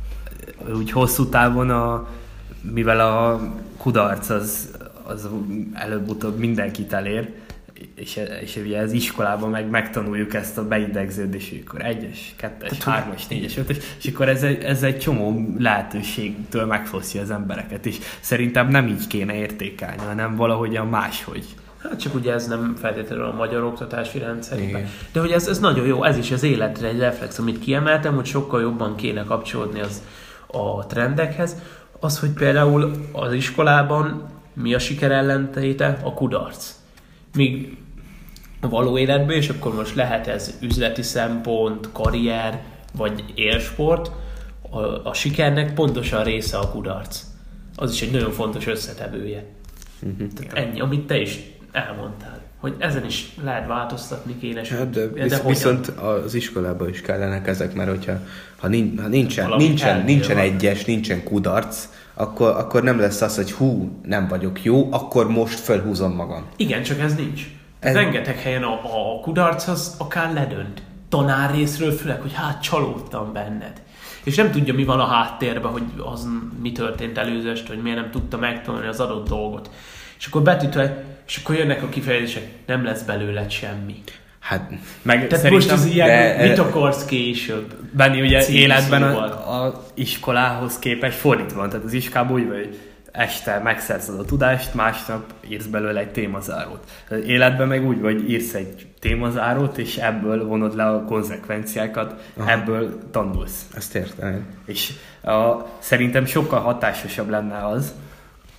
A: úgy hosszú távon, a, mivel a kudarc az az előbb-utóbb mindenkit elér, és, és ugye az iskolában meg megtanuljuk ezt a beidegződést, akkor egyes, kettes, hármas, négyes, ötös, és akkor ez egy, ez egy csomó lehetőségtől megfosztja az embereket, és szerintem nem így kéne értékelni, hanem valahogyan máshogy.
B: Hát csak ugye ez nem feltétlenül a magyar oktatási rendszerben. De hogy ez, ez nagyon jó, ez is az életre egy reflex, amit kiemeltem, hogy sokkal jobban kéne kapcsolódni az a trendekhez. Az, hogy például az iskolában mi a siker ellentéte? A kudarc. Míg a való életben, és akkor most lehet ez üzleti szempont, karrier, vagy élsport, a, a sikernek pontosan része a kudarc. Az is egy nagyon fontos összetevője. Uh-huh. Tehát ennyi, amit te is elmondtál. Hogy ezen is lehet változtatni kéne.
C: Hát de, de visz, viszont az iskolában is kellenek ezek, mert hogyha ha nincs, ha nincsen, nincsen, nincsen egyes, nincsen kudarc, Akkor, akkor nem lesz az, hogy hú, nem vagyok jó, akkor most felhúzom magam.
B: Igen, csak ez nincs. Ez... Rengeteg helyen a, a kudarc az akár ledönt. Tanár részről főleg, hogy hát csalódtam benned. És nem tudja, mi van a háttérben, hogy az mi történt előzőst, hogy miért nem tudta megtanulni az adott dolgot. És akkor betűtve, és akkor jönnek a kifejezések, nem lesz belőled semmi.
C: Hát,
B: meg tehát most az ilyen, de, mit akarsz később?
A: Benni ugye életben a, a iskolához képest fordítva van. Tehát az iskolában úgy, hogy este megszerzed a tudást, másnap írsz belőle egy témazárót. Az életben meg úgy, hogy írsz egy témazárót, és ebből vonod le a konzekvenciákat, aha, ebből tanulsz.
C: Ezt értem.
A: És a, szerintem sokkal hatásosabb lenne az,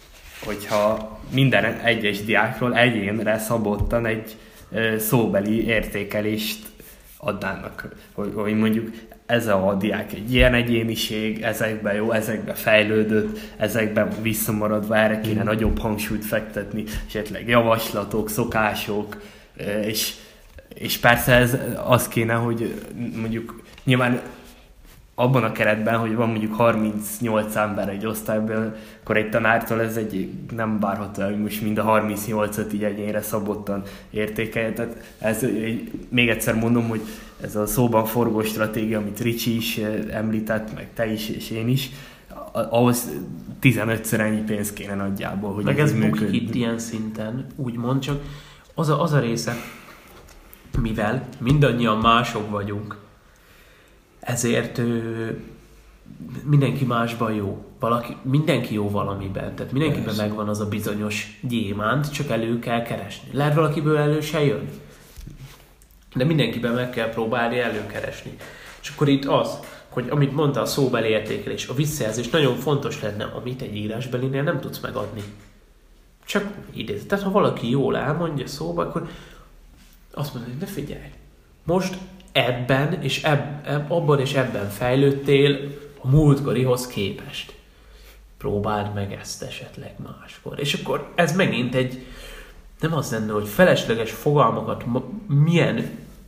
A: hogyha minden egyes diákról egyénre szabottan egy szóbeli értékelést adnának, hogy, hogy mondjuk ez a diák egy ilyen egyéniség, ezekben jó, ezekben fejlődött, ezekben visszamaradva, erre kéne mm. nagyobb hangsúlyt fektetni, esetleg javaslatok, szokások, és, és persze ez az kéne, hogy mondjuk nyilván abban a keretben, hogy van mondjuk harmincnyolc ember egy osztályban, akkor egy tanártól ez egy nem várható, hogy most mind a harmincnyolcat így egyénre szabottan értékelje. Tehát ez, még egyszer mondom, hogy ez a szóban forgó stratégia, amit Ricsi is említett, meg te is, és én is, ahhoz tizenötször ennyi pénz kéne nagyjából, hogy
B: meg ez működik itt ilyen szinten, úgymond, csak az a, az a része, mivel mindannyian mások vagyunk, ezért ö, mindenki másban jó. Valaki, mindenki jó valamiben. Tehát mindenkiben Persze. megvan az a bizonyos gyémánt, csak elő kell keresni. Lehet valakiből elő se jön. De mindenkiben meg kell próbálni előkeresni. És akkor itt az, hogy amit mondta a szóbeli értékelés, a visszajelzés nagyon fontos lenne, amit egy írásbelinél nem tudsz megadni. Csak idézet. Tehát ha valaki jól elmondja szóba, akkor azt mondja, hogy ne figyelj. Most ebben és eb, eb, abban és ebben fejlődtél a múltkorihoz képest. Próbáld meg ezt esetleg máskor. És akkor ez megint egy, nem az lenne, hogy felesleges fogalmakat milyen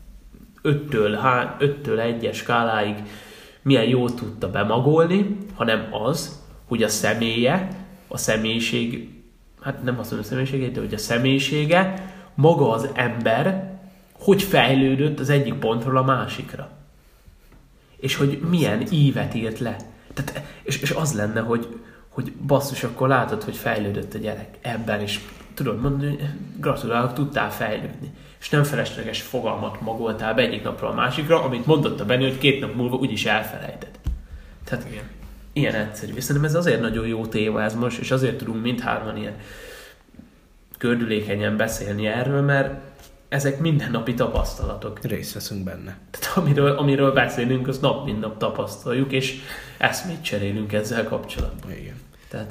B: öttől egyes skáláig milyen jót tudta bemagolni, hanem az, hogy a személye, a személyiség, hát nem azt mondom a személyiségét, de hogy a személyisége, maga az ember, hogy fejlődött az egyik pontról a másikra. És hogy milyen ívet írt le. Tehát, és, és az lenne, hogy, hogy basszus, akkor látod, hogy fejlődött a gyerek ebben is. Tudod mondani, hogy gratulálok, tudtál fejlődni. És nem felesleges fogalmat magoltál be egyik napról a másikra, amit mondott a Benni, hogy két nap múlva úgyis elfelejted. Tehát igen. Ilyen egyszerű. És szerintem ez azért nagyon jó téma ez most, és azért tudunk mindhárman ilyen gördülékenyen beszélni erről, mert ezek mindennapi tapasztalatok.
C: Részt veszünk benne.
B: Tehát amiről, amiről beszélünk, azt nap mint nap tapasztaljuk, és eszmét cserélünk ezzel kapcsolatban.
C: Igen.
B: Tehát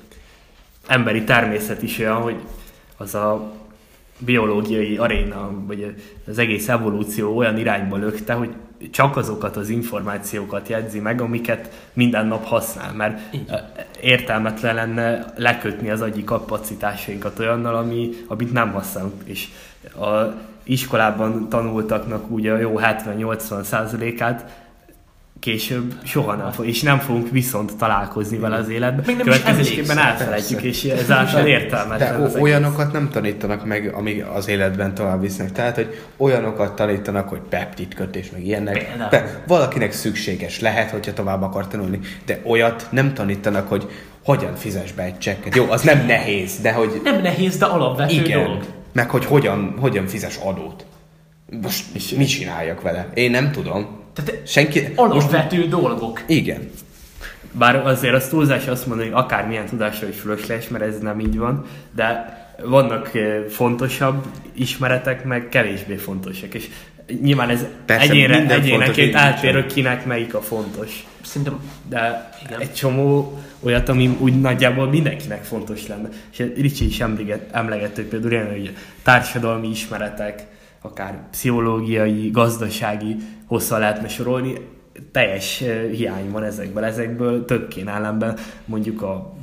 A: emberi természet is olyan, hogy az a biológiai aréna, vagy az egész evolúció olyan irányba lökte, hogy csak azokat az információkat jegyzi meg, amiket minden nap használ, mert így értelmetlen lenne lekötni az agyi kapacitásainkat olyannal, ami, amit nem használunk. És a iskolában tanultaknak ugye a jó hetven-nyolcvan százalékát később soha nem fog, és nem fogunk viszont találkozni vele az életben. Következésképpen elfelejtjük, és ezáltal értelmetlen.
C: De olyanokat nem tanítanak meg, amíg az életben tovább visznek. Tehát, hogy olyanokat tanítanak, hogy peptidkötés, meg ilyenek. De valakinek szükséges lehet, hogyha tovább akar tanulni, de olyat nem tanítanak, hogy hogyan fizess be egy csekket. Jó, az nem nehéz, de hogy...
B: Nem nehéz, de alapvető
C: igen,
B: dolog.
C: Meg hogy hogyan, hogyan fizes adót. Most és mit csináljak vele? Én nem tudom.
B: Tehát
C: senki...
B: alapvető most... dolgok.
C: Igen.
A: Bár azért az túlzás azt mondani, hogy akármilyen tudásra is fölösleges, mert ez nem így van, de vannak fontosabb ismeretek, meg kevésbé fontosak. És nyilván ez
C: persze,
A: egyénre, egyéneként eltér, hogy kinek melyik a fontos.
B: Szerintem,
A: de igen. Egy csomó olyat, ami úgy nagyjából mindenkinek fontos lenne. És Ricsi is emlegett, hogy például ilyen, hogy társadalmi ismeretek, akár pszichológiai, gazdasági hosszal lehetne sorolni, teljes hiány van ezekből. Ezekből több kéne ellenben mondjuk a,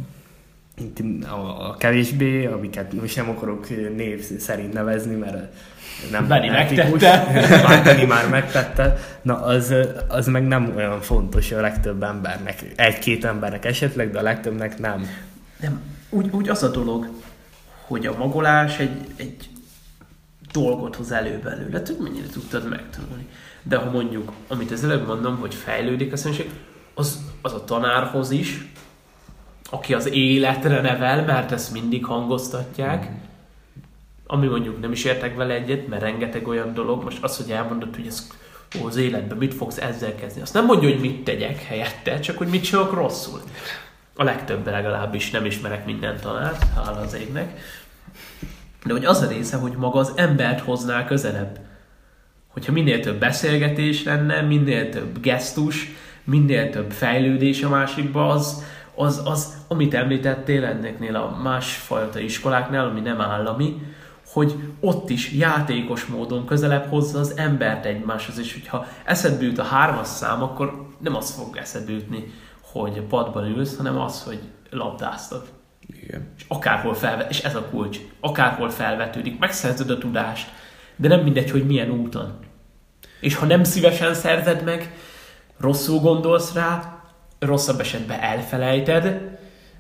A: a, a kevésbé, amiket most nem akarok név szerint nevezni, mert nem
B: Benni megtette.
A: Benni már megtette. Na, az, az meg nem olyan fontos a legtöbb embernek. Egy-két embernek esetleg, de a legtöbbnek nem.
B: Nem. Úgy, úgy az a dolog, hogy a magolás egy, egy dolgot hoz elő belőle, hogy mennyire tudtad megtanulni. De ha mondjuk, amit az előbb mondom, hogy fejlődik a személyiség, az, az a tanárhoz is, aki az életre nevel, mert ezt mindig hangoztatják, ami mondjuk nem is értek vele egyet, mert rengeteg olyan dolog, most az, hogy elmondod, hogy ez, ó, az életben mit fogsz ezzel kezdeni. Azt nem mondja, hogy mit tegyek helyette, csak hogy mit csinálok rosszul. A legtöbben legalábbis nem ismerek minden tanárt, hála az égnek. De hogy az a része, hogy maga az embert hozná közelebb. Hogyha minél több beszélgetés lenne, minél több gesztus, minél több fejlődés a másikba, az, az, az, amit említettél enneknél a másfajta iskoláknál, ami nem állami, hogy ott is játékos módon közelebb hozza az embert egymáshoz, és hogyha eszedbe jut a hármas szám, akkor nem az fog eszedbe jutni, hogy padban ülsz, hanem az, hogy labdáztat.
C: Igen.
B: És akárhol felvet, és ez a kulcs, akárhol felvetődik, megszerzed a tudást, de nem mindegy, hogy milyen úton. És ha nem szívesen szerzed meg, rosszul gondolsz rá, rosszabb esetben elfelejted,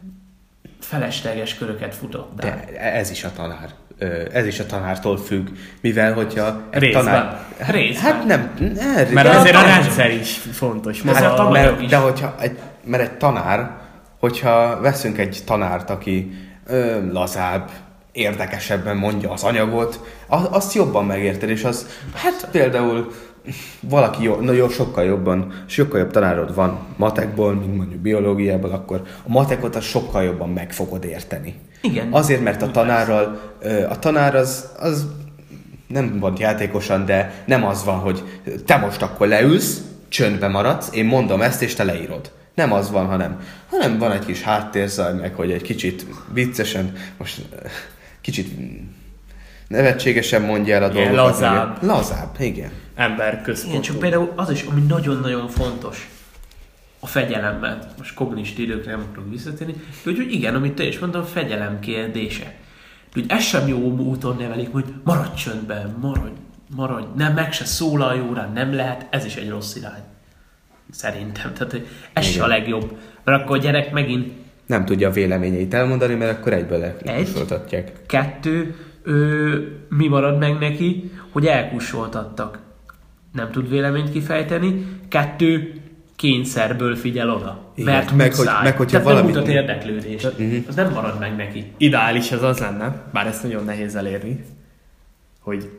B: felesleges köröket futottál.
C: De ez is a tanár. Ez is a tanártól függ, mivel hogyha egy
A: Részben.
C: tanár...
B: Részben.
C: Hát nem... nem
A: Mert
C: de
A: azért a
C: tanár-
A: rendszer is fontos.
B: Ez
A: Maga
B: a tanár-
C: mert,
B: is.
C: de hogyha egy, mert egy tanár, hogyha veszünk egy tanárt, aki ö, lazább, érdekesebben mondja az anyagot, az, azt jobban megérted, és az, hát például valaki jó, na jó, sokkal jobban, sokkal jobb tanárod van matekból, mint mondjuk biológiából, akkor a matekot az sokkal jobban meg fogod érteni.
B: Igen.
C: Azért, mert a tanárral, ö, a tanár az, az nem mond játékosan, de nem az van, hogy te most akkor leülsz, csöndbe maradsz, én mondom ezt, és te leírod. Nem az van, hanem, hanem van egy kis háttérzaj, meg hogy egy kicsit viccesen, most kicsit nevetségesen mondja el a
A: Igen,
C: dolgokat.
A: lazább.
C: Meg- Lazább, igen.
A: Ember központú.
B: Igen, csak például az is, ami nagyon-nagyon fontos, a fegyelemmel. Most kommunista időkre nem akarok visszatérni, de hogy, hogy igen, amit te is mondtam, fegyelem kérdése. De hogy ez sem jó úton nevelik, hogy maradj csöndben, maradj, maradj, nem, meg se szólalj órán, nem lehet, ez is egy rossz irány. Szerintem. Tehát hogy ez se a legjobb. Mert akkor a gyerek megint
C: Nem tudja a véleményeit elmondani, mert akkor egyből
B: Egy.
C: elkussoltatják.
B: kettő, ö, mi marad meg neki, hogy elkussoltattak. Nem tud véleményt kifejteni. Kettő, kényszerből figyel oda.
C: Igen,
B: Mert
C: meg,
B: muszáj.
C: hogy- meg hogyha
B: Tehát
C: valamit-
B: nem mutat érdeklődést.
C: Mhm.
B: Az nem marad meg neki.
A: Ideális az az lenne, bár ezt nagyon nehéz elérni, hogy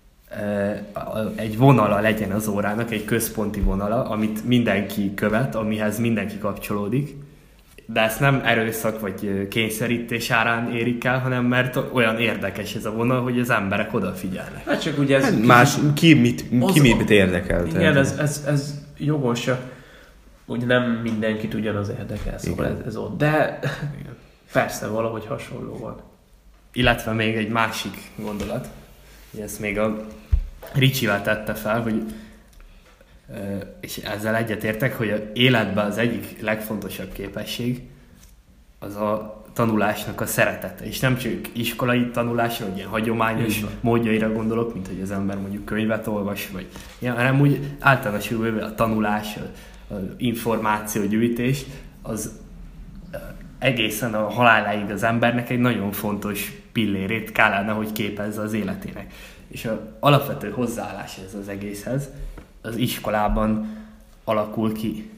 A: e, a- egy vonala legyen az órának, egy központi vonala, amit mindenki követ, amihez mindenki kapcsolódik, de ezt nem erőszak vagy kényszerítés árán érik el, hanem mert olyan érdekes ez a vonal, hogy az emberek odafigyelnek.
B: Hát csak ugye ez...
C: Hát más, ki mit,
B: Az-
C: ki mit érdekel?
B: Igen, ez, ez, ez jogos, csak ugye nem mindenkit ugyanaz érdekel, szóval ez,
C: Igen.
B: ez ott. De persze valahogy hasonló van.
A: Illetve még egy másik gondolat, hogy ezt még a Ricsivel tette fel, hogy ö, és ezzel egyetértek, hogy az életben az egyik legfontosabb képesség az a tanulásnak a szeretete. És nem csak iskolai tanulásra, vagy ilyen hagyományos
B: Így van.
A: módjaira gondolok, mint hogy az ember mondjuk könyvet olvas, vagy ilyen, hanem úgy általánosul véve a tanulás, a, a információgyűjtés, az ö, egészen a haláláig az embernek egy nagyon fontos pillérét kellene, hogy képezze az életének. És az alapvető hozzáállás ez az egészhez az iskolában alakul ki.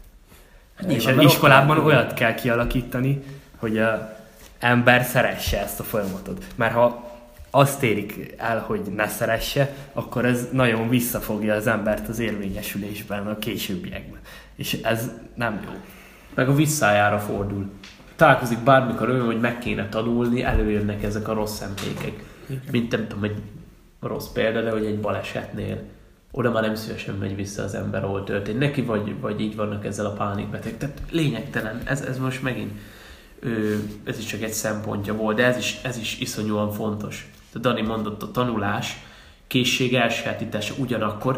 B: Hát
A: És
B: nyilván,
A: az
B: mert
A: iskolában
B: ott-
A: olyat kell kialakítani, hogy az ember szeresse ezt a folyamatot. Mert ha azt érik el, hogy ne szeresse, akkor ez nagyon visszafogja az embert az érvényesülésben, a későbbiekben. És ez nem jó.
B: Meg a visszájára fordul. Találkozik bármikor olyan, hogy meg kéne tanulni, előjönnek ezek a rossz emlékek. Mint nem tudom, egy rossz példa, de hogy egy balesetnél oda már nem szívesen megy vissza az ember, ahol történt neki, vagy, vagy így vannak ezzel a pánikbeteg. Tehát lényegtelen. Ez, ez most megint, ö, ez is csak egy szempontja volt, de ez is, ez is iszonyúan fontos. Tehát Dani mondott, a tanulás, készség elsajátítása ugyanakkor,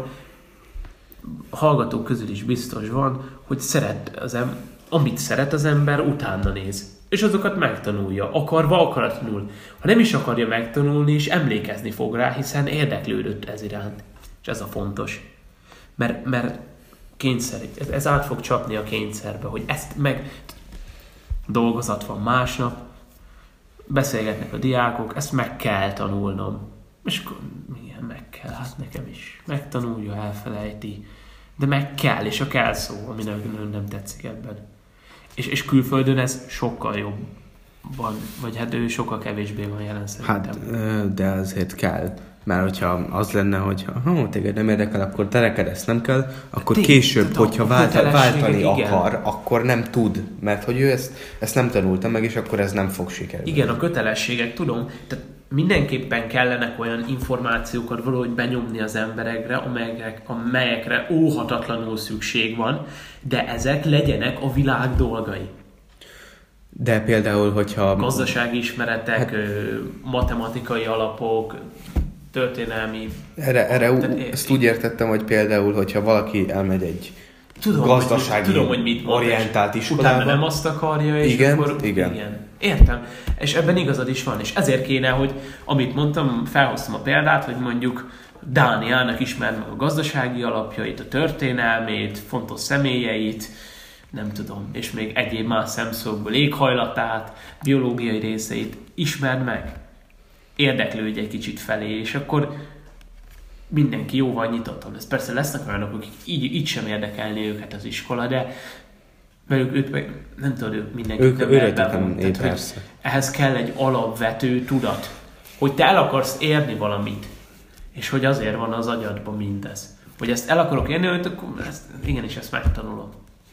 B: a hallgatók közül is biztos van, hogy szeret az em- amit szeret az ember, utána néz. És azokat megtanulja, akarva, akaratlanul. Ha nem is akarja megtanulni, és emlékezni fog rá, hiszen érdeklődött ez iránt. És ez a fontos. Mert, mert kényszerít, ez, ez át fog csapni a kényszerbe, hogy ezt meg dolgozat van másnap, beszélgetnek a diákok, ezt meg kell tanulnom. És akkor igen, meg kell, hát nekem is. Megtanulja, elfelejti. De meg kell, és a kell szó, ami nem, nem tetszik ebben. És, és külföldön ez sokkal jobb van, vagy hát ő sokkal kevésbé van jelen szerintem.
C: Hát, ö, de azért kell. Mert hogyha az lenne, hogy ha téged nem érdekel, akkor te neked ezt nem kell, akkor
B: Tény,
C: később,
B: tehát a-
C: hogyha
B: a
C: vált,
B: kötelességek,
C: váltani
B: igen.
C: akar, akkor nem tud. Mert hogy ő ezt, ezt nem tanulta meg, és akkor ez nem fog sikerülni.
B: Igen, a kötelességek, tudom, tehát mindenképpen kellenek olyan információkat valahogy benyomni az emberekre, amelyek, amelyekre óhatatlanul szükség van, de ezek legyenek a világ dolgai.
C: De például, hogyha...
B: Gazdasági ismeretek, hát, matematikai alapok, történelmi...
C: Erre, erre ú, ezt úgy értettem, hogy például, hogyha valaki elmegy egy
B: tudom,
C: gazdasági
B: hogy, tudom, hogy mit mond,
C: orientált iskolába...
B: Utána nem azt akarja, és
C: igen,
B: akkor...
C: Igen,
B: igen. Értem. És ebben igazad is van. És ezért kéne, hogy amit mondtam, felhoztam a példát, hogy mondjuk Dániának ismerd meg a gazdasági alapjait, a történelmét, fontos személyeit, nem tudom, és még egyéb más szemszögből éghajlatát, biológiai részeit ismerd meg. Érdeklődj egy kicsit felé, és akkor mindenki jóval nyitottan. Ez persze lesznek olyanok, akik így, így sem érdekelni őket az iskola, de velük őt meg, nem tudod, ők mindenki
C: ők
B: nem persze. Ehhez kell egy alapvető tudat, hogy te el akarsz érni valamit, és hogy azért van az agyadban mindez. Hogy ezt el akarok érni, hogy akkor ezt, igenis ezt megtanulom.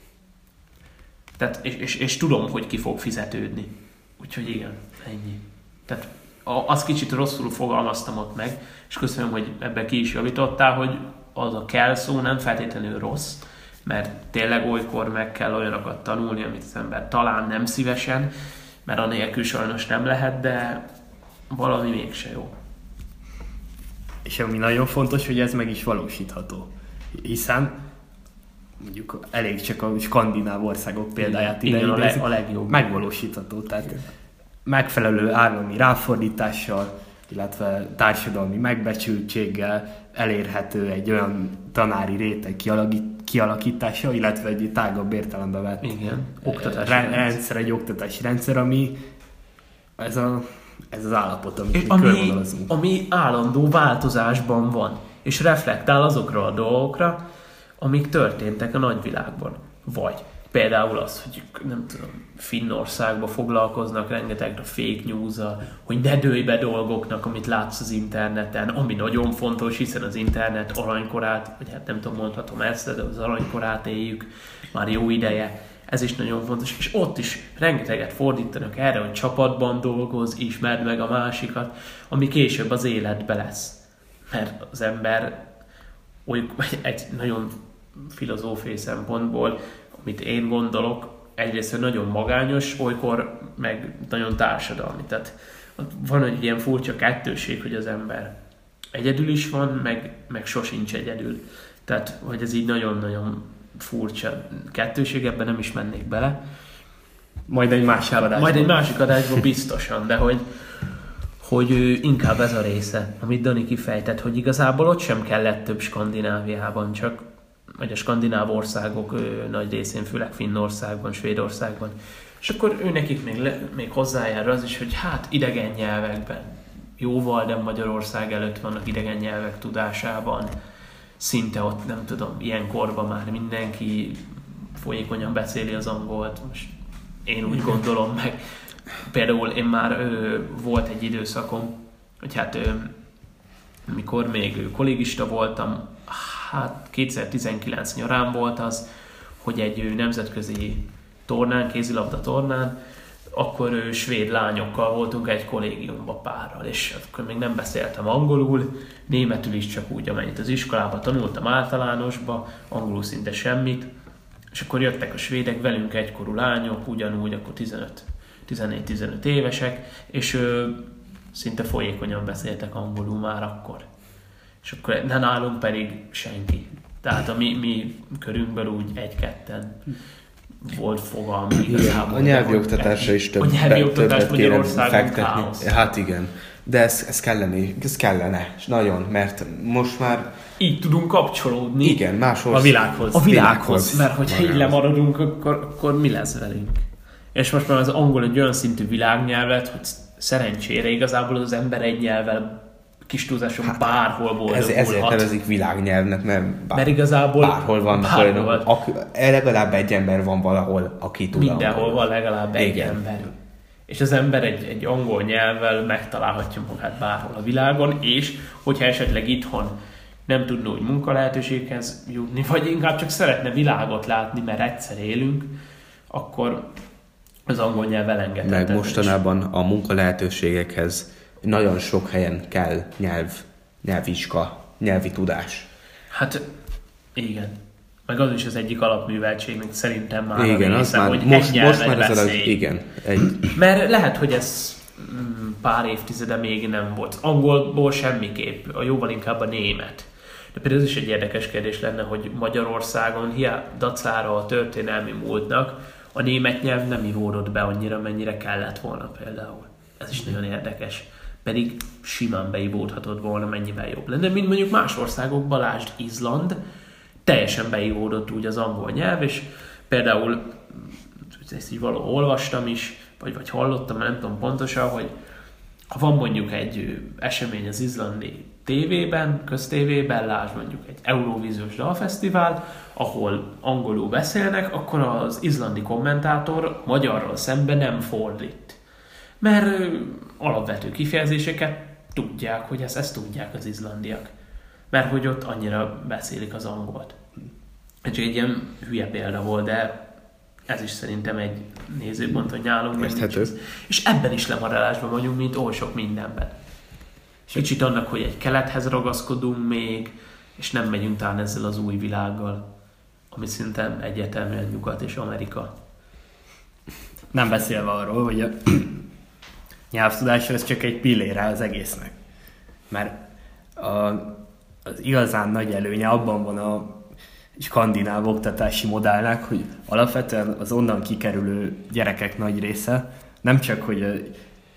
B: Tehát, és, és, és tudom, hogy ki fog fizetődni. Úgyhogy igen, ennyi. Tehát azt kicsit rosszul fogalmaztam ott meg, és köszönöm, hogy ebben ki is javítottál, hogy az a kell szó nem feltétlenül rossz, mert tényleg olykor meg kell olyanokat tanulni, amit az ember talán nem szívesen, mert anélkül sajnos nem lehet, de valami mégse jó.
A: És ami nagyon fontos, hogy ez meg is valósítható. Hiszen mondjuk elég csak a skandináv országok példáját ide
B: igen,
A: idézik,
B: a legjobb.
A: Megvalósítható. Tehát igen. Megfelelő állami ráfordítással, illetve társadalmi megbecsültséggel elérhető egy olyan tanári réteg kialakítása, illetve egy tágabb értelembe vett
B: igen. oktatási
A: rendszer, rendszer, egy oktatási rendszer, ami ez, a, ez az állapot, amit mi
B: ami,
A: körvonalazunk.
B: Ami állandó változásban van, és reflektál azokra a dolgokra, amik történtek a nagyvilágban. Vagy például az, hogy nem tudom, Finnországban foglalkoznak rengeteg a fake news-al, hogy ne dőlj be dolgoknak, amit látsz az interneten, ami nagyon fontos, hiszen az internet aranykorát, vagy hát nem tudom, mondhatom ezt, de az aranykorát éljük már jó ideje. Ez is nagyon fontos, és ott is rengeteget fordítanak erre, hogy csapatban dolgoz, ismerd meg a másikat, ami később az életbe lesz. Mert az ember oly, egy nagyon filozófiai szempontból, amit én gondolok, egyrészt nagyon magányos, olykor meg nagyon társadalmi. Tehát van egy ilyen furcsa kettőség, hogy az ember egyedül is van, meg, meg sosincs egyedül. Tehát, hogy ez így nagyon-nagyon furcsa kettőség, ebben nem is mennék bele.
A: Majd egy másik adásban.
B: Majd egy másik adásban biztosan, de hogy, hogy inkább ez a része, amit Dani kifejtett, hogy igazából ott sem kellett több Skandináviában, csak vagy a skandináv országok ő, nagy részén, főleg Finnországban, Svédországban. És akkor ő nekik még, le, még hozzájár az is, hogy hát idegen nyelvekben, jóval, de Magyarország előtt vannak idegen nyelvek tudásában, szinte ott nem tudom, ilyen korban már mindenki folyékonyan beszéli az angolt, most én úgy gondolom meg. Például én már ö, volt egy időszakom, hogy hát ö, mikor még kollégista voltam, hát kétezer-tizenkilenc nyarán volt az, hogy egy nemzetközi tornán, kézilabda tornán, akkor ő, svéd lányokkal voltunk egy kollégiumban párral, és akkor még nem beszéltem angolul, németül is csak úgy, amennyit az iskolában tanultam általánosba, angolul szinte semmit, és akkor jöttek a svédek, velünk egykorú lányok, ugyanúgy, akkor tizennégy-tizenöt évesek, és ő, szinte folyékonyan beszéltek angolul már akkor. És akkor ne nálunk pedig senki. Tehát a mi, mi körünkből úgy egy-ketten volt fogalmi igazából.
C: A nyelvi oktatásra is több,
B: a nyelvi oktatás
C: többet kéne
B: fektetni. Káosz.
C: Hát igen. De ez, ez kellene, ez kellene, és nagyon, mert most már...
B: Így tudunk kapcsolódni.
C: Igen, más
A: a világhoz.
B: A világhoz, mert hogyha így lemaradunk, akkor, akkor mi lesz velünk? És most már az angol egy olyan szintű világnyelvet, hogy szerencsére igazából az ember egy nyelvvel kis túlzáson hát, bárhol boldogulhat. Ez,
C: ezért nevezik világnyelvnek, mert, bár,
B: mert igazából
C: bárhol vannak olyanok, ak, legalább egy ember van valahol, aki tud.
B: Mindenhol van legalább egy igen. ember. És az ember egy, egy angol nyelvvel megtalálhatja magát bárhol a világon, és hogyha esetleg itthon nem tudna úgy munkalehetőséghez jutni, vagy inkább csak szeretne világot látni, mert egyszer élünk, akkor az angol nyelv elengedhetetlen.
C: Meg mostanában a munkalehetőségekhez nagyon sok helyen kell nyelv, nyelvvizsga, nyelvi tudás.
B: Hát igen. Meg az is az egyik alapműveltségnek szerintem már
C: igen,
B: a része,
C: az már,
B: hogy
C: most,
B: egy
C: most már
B: nyelven
C: ez az,
B: beszélj.
C: igen. Egy,
B: Mert lehet, hogy ez mm, pár évtizede még nem volt. Angolból semmiképp, a jóval inkább a német. De például ez is egy érdekes kérdés lenne, hogy Magyarországon hiába dacára a történelmi múltnak a német nyelv nem ivódott be annyira, mennyire kellett volna például. Ez is nagyon érdekes. Pedig simán beivódhatott volna, mennyivel jobb lenne. Mint mondjuk más országokban, lásd Izland, teljesen beivódott úgy az angol nyelv, és például ezt így valahol olvastam is, vagy, vagy hallottam, nem tudom pontosan, hogy ha van mondjuk egy esemény az izlandi tévében, köztévében, lásd mondjuk egy Eurovíziós dalfesztivál, ahol angolul beszélnek, akkor az izlandi kommentátor magyarral szemben nem fordít. Mert alapvető kifejezéseket tudják, hogy ezt, ezt tudják az izlandiak. Mert hogy ott annyira beszélik az angolt. Csak egy ilyen hülye példa volt, de ez is szerintem egy nézőpont, hogy nálunk meg nincs ez. És ebben is lemaradásban vagyunk, mint oly sok mindenben. Kicsit annak, hogy egy kelethez ragaszkodunk még, és nem megyünk talán ezzel az új világgal, ami szinte egyértelműen Nyugat és Amerika.
A: Nem beszélve arról, hogy a nyelvtudás az csak egy pillére az egésznek. Mert a, az igazán nagy előnye abban van a skandináv oktatási modellnek, hogy alapvetően az onnan kikerülő gyerekek nagy része nem csak, hogy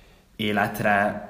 A: életre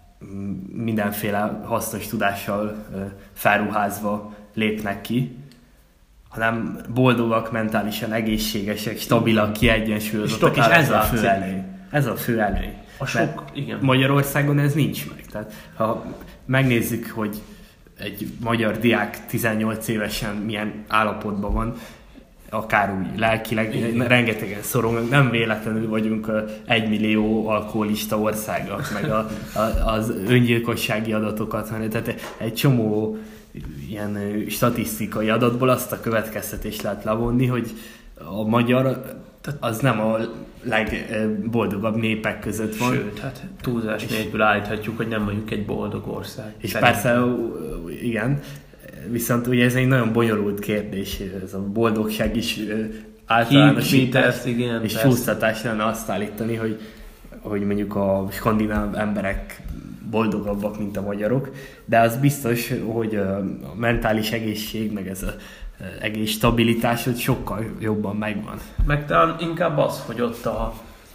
A: mindenféle hasznos tudással felruházva lépnek ki, hanem boldogak, mentálisan egészségesek, stabilak, kiegyensúlyozottak, és ez a fő előny. Ez a fő előny.
B: A sok, igen.
A: Magyarországon ez nincs meg. Tehát, ha megnézzük, hogy egy magyar diák tizennyolc évesen milyen állapotban van, akár úgy lelkileg, igen. rengetegen szorongnak, nem véletlenül vagyunk egymillió alkoholista országa, meg a, a, az öngyilkossági adatokat, hanem tehát egy csomó ilyen statisztikai adatból azt a következtetést lehet levonni, hogy a magyar az nem a legboldogabb népek között van.
B: Sőt, hát túlzás nélkül állíthatjuk, hogy nem vagyunk egy boldog ország.
A: És szerintem. Persze, igen, viszont ugye ez egy nagyon bonyolult kérdés, ez a boldogság is általánosítás és csúsztatás lenne azt állítani, hogy, hogy mondjuk a skandináv emberek boldogabbak, mint a magyarok, de az biztos, hogy a mentális egészség, meg ez a egész stabilitás, hogy sokkal jobban megvan.
B: Meg talán inkább az, hogy ott a,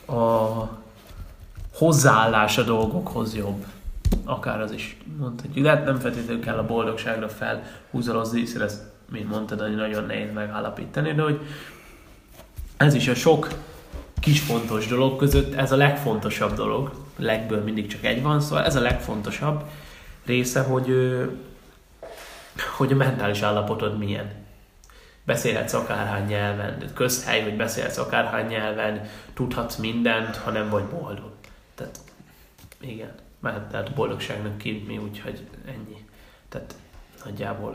B: a hozzáállás a dolgokhoz jobb. Akár az is mondhatjuk. De hát nem feltétlenül kell a boldogságra felhúzalozni, hiszen ezt, mint mondtad, nagyon nehéz megállapítani, de hogy ez is a sok kis fontos dolog között, ez a legfontosabb dolog. Legből mindig csak egy van, szóval ez a legfontosabb része, hogy, hogy a mentális állapotod milyen. Beszélhetsz akárhány nyelven, közhely, hogy beszélhetsz akárhány nyelven, tudhatsz mindent, ha nem vagy boldog. Tehát igen, mert tehát a boldogságnak kint mi, úgyhogy ennyi. Tehát nagyjából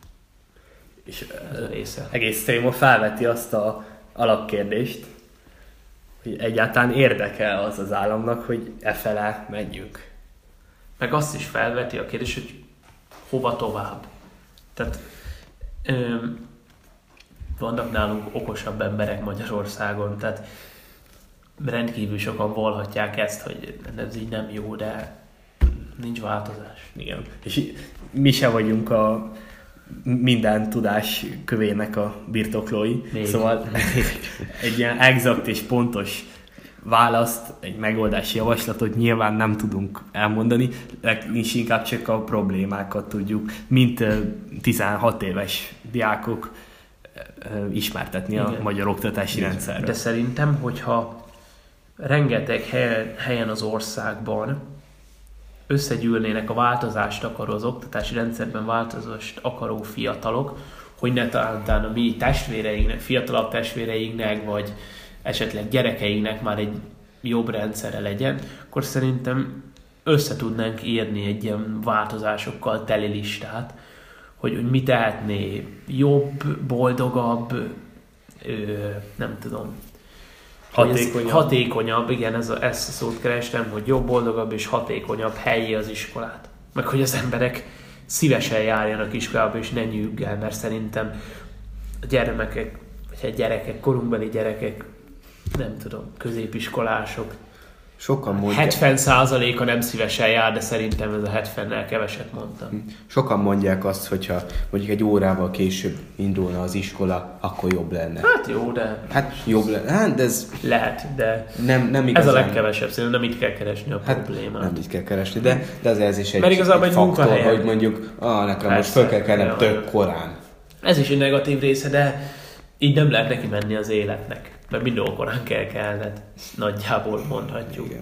A: és
B: ez a része.
A: Egész téma felveti azt a alapkérdést, hogy egyáltalán érdekel az az államnak, hogy efele menjünk.
B: Meg azt is felveti a kérdés, hogy hova tovább. Tehát öm, vannak nálunk okosabb emberek Magyarországon, tehát rendkívül sokan vallhatják ezt, hogy ez így nem jó, de nincs változás.
A: Igen. És mi se vagyunk a minden tudás kövének a birtoklói. Még. Szóval egy ilyen exakt és pontos választ, egy megoldási javaslatot nyilván nem tudunk elmondani, nincs inkább csak a problémákat tudjuk, mint tizenhat éves diákok ismertetni. Igen. A magyar oktatási
B: Igen.
A: rendszerről.
B: De szerintem, hogyha rengeteg helyen az országban összegyűlnének a változást akaró, az oktatási rendszerben változást akaró fiatalok, hogy ne talán a mi testvéreinknek, fiatalabb testvéreinknek, vagy esetleg gyerekeinknek már egy jobb rendszere legyen, akkor szerintem össze tudnánk írni egy ilyen változásokkal teli listát, hogy, hogy mi tehetné jobb, boldogabb, ö, nem tudom, hatékonyabb. hatékonyabb, igen, ez a, ezt a szót kerestem, hogy jobb, boldogabb és hatékonyabb helyi az iskolát. Meg hogy az emberek szívesen járjanak iskolába és ne nyűggel, mert szerintem a gyermekek, vagy a gyerekek, korunkbeli gyerekek, nem tudom, középiskolások,
C: Sokan mondják,
B: hetven százaléka nem szívesen jár, de szerintem ez a hetvennel keveset mondtam.
C: sokan mondják azt, hogyha mondjuk egy órával később indulna az iskola, akkor jobb lenne.
B: Hát jó, de...
C: Hát jobb lenne, hát de ez
B: Lehet, de
C: nem, nem
B: ez
C: igazán.
B: a legkevesebb, szerintem nem itt kell keresni a
C: Hát
B: problémát.
C: nem így kell keresni, de, de azért ez is egy,
B: Mert igazából
C: egy
B: egy
C: faktor,
B: munkahelyen.
C: hogy mondjuk, ah, nekem most
B: Persze,
C: föl kell kelnem
B: ja,
C: tök
B: ja.
C: korán.
B: Ez is egy negatív része, de így nem lehet neki menni az életnek. Mert minden korán kell kelned. Nagyjából mondhatjuk.
C: Igen.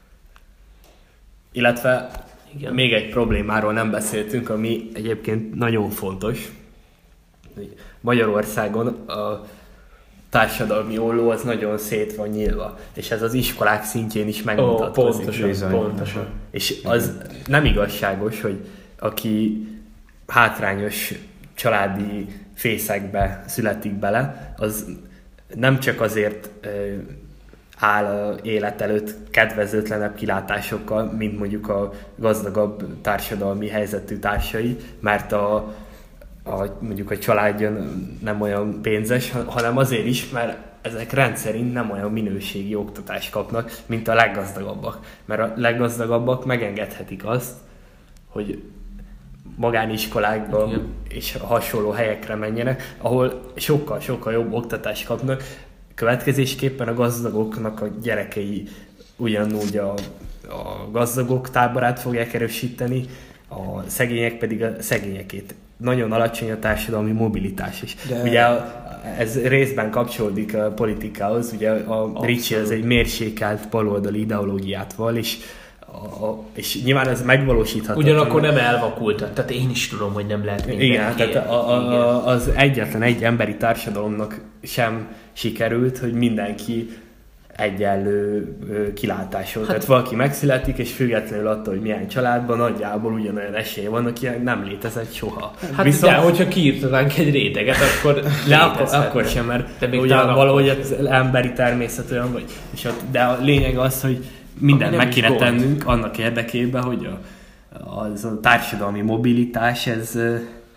A: Illetve
B: Igen.
A: még egy problémáról nem beszéltünk, ami egyébként nagyon fontos. Magyarországon a társadalmi olló az nagyon szét van nyílva, és ez az iskolák szintjén is
B: Ó,
A: megmutatkozik.
B: pontosan,
C: bizony.
B: pontosan.
A: És az nem igazságos, hogy aki hátrányos családi fészekbe születik bele, az nem csak azért ö, áll a élet előtt kedvezőtlenebb kilátásokkal, mint mondjuk a gazdagabb társadalmi helyzetű társai, mert a, a, mondjuk a családja nem olyan pénzes, hanem azért is, mert ezek rendszerint nem olyan minőségi oktatást kapnak, mint a leggazdagabbak. Mert a leggazdagabbak megengedhetik azt, hogy magániskolákba
B: Igen.
A: és hasonló helyekre menjenek, ahol sokkal-sokkal jobb oktatást kapnak. Következésképpen a gazdagoknak a gyerekei ugyanúgy a, a gazdagok táborát fogják erősíteni, a szegények pedig a szegényekét. Nagyon alacsony a társadalmi mobilitás is.
C: De...
A: Ugye a, ez részben kapcsolódik a politikához, ugye a Ricci az egy mérsékelt baloldali ideológiát val, és, a, a, és nyilván ez megvalósíthatatlan.
B: Ugyanakkor nem elvakultat, tehát én is tudom, hogy nem lehet mindenki.
A: Igen, tehát a, a, a, az egyetlen egy emberi társadalomnak sem sikerült, hogy mindenki egyenlő ö, kilátású. Hát, tehát valaki megszületik, és függetlenül attól, hogy milyen családban, nagyjából ugyanolyan esélye van, aki nem létezett soha.
B: Hát
A: Viszont,
B: de, hogyha kiírtanánk egy réteget, akkor
A: de akkor, akkor sem, mert
B: de még
A: ugye
B: talán
A: valahogy
B: akkor
A: az emberi természet olyan, vagy, és ott, de a lényeg az, hogy mindent
B: Ami
A: meg
B: nem
A: kéne
B: is gond.
A: tennünk annak érdekében, hogy a, az a társadalmi mobilitás ez ö,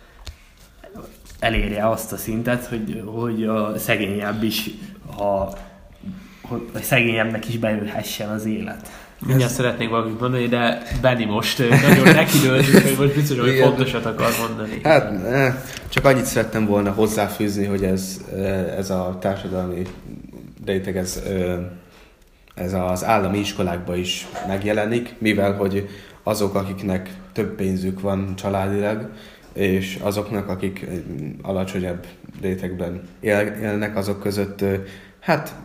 A: elérje azt a szintet, hogy, hogy a szegényebb is, a, hogy a szegényebbnek is beülhessen az élet.
B: Mindjárt szeretnék valamit mondani, de Benni most ö, nagyon nekidőltünk, hogy most biztos, hogy
C: Igen.
B: fontosat akar mondani.
C: Hát eh, csak annyit szerettem volna hozzáfűzni, hogy ez, eh, ez a társadalmi réteg, ez, eh, ez az állami iskolákban is megjelenik, mivel hogy azok, akiknek több pénzük van családilag, és azoknak, akik eh, alacsonyabb rétegben él, élnek, azok között eh, hát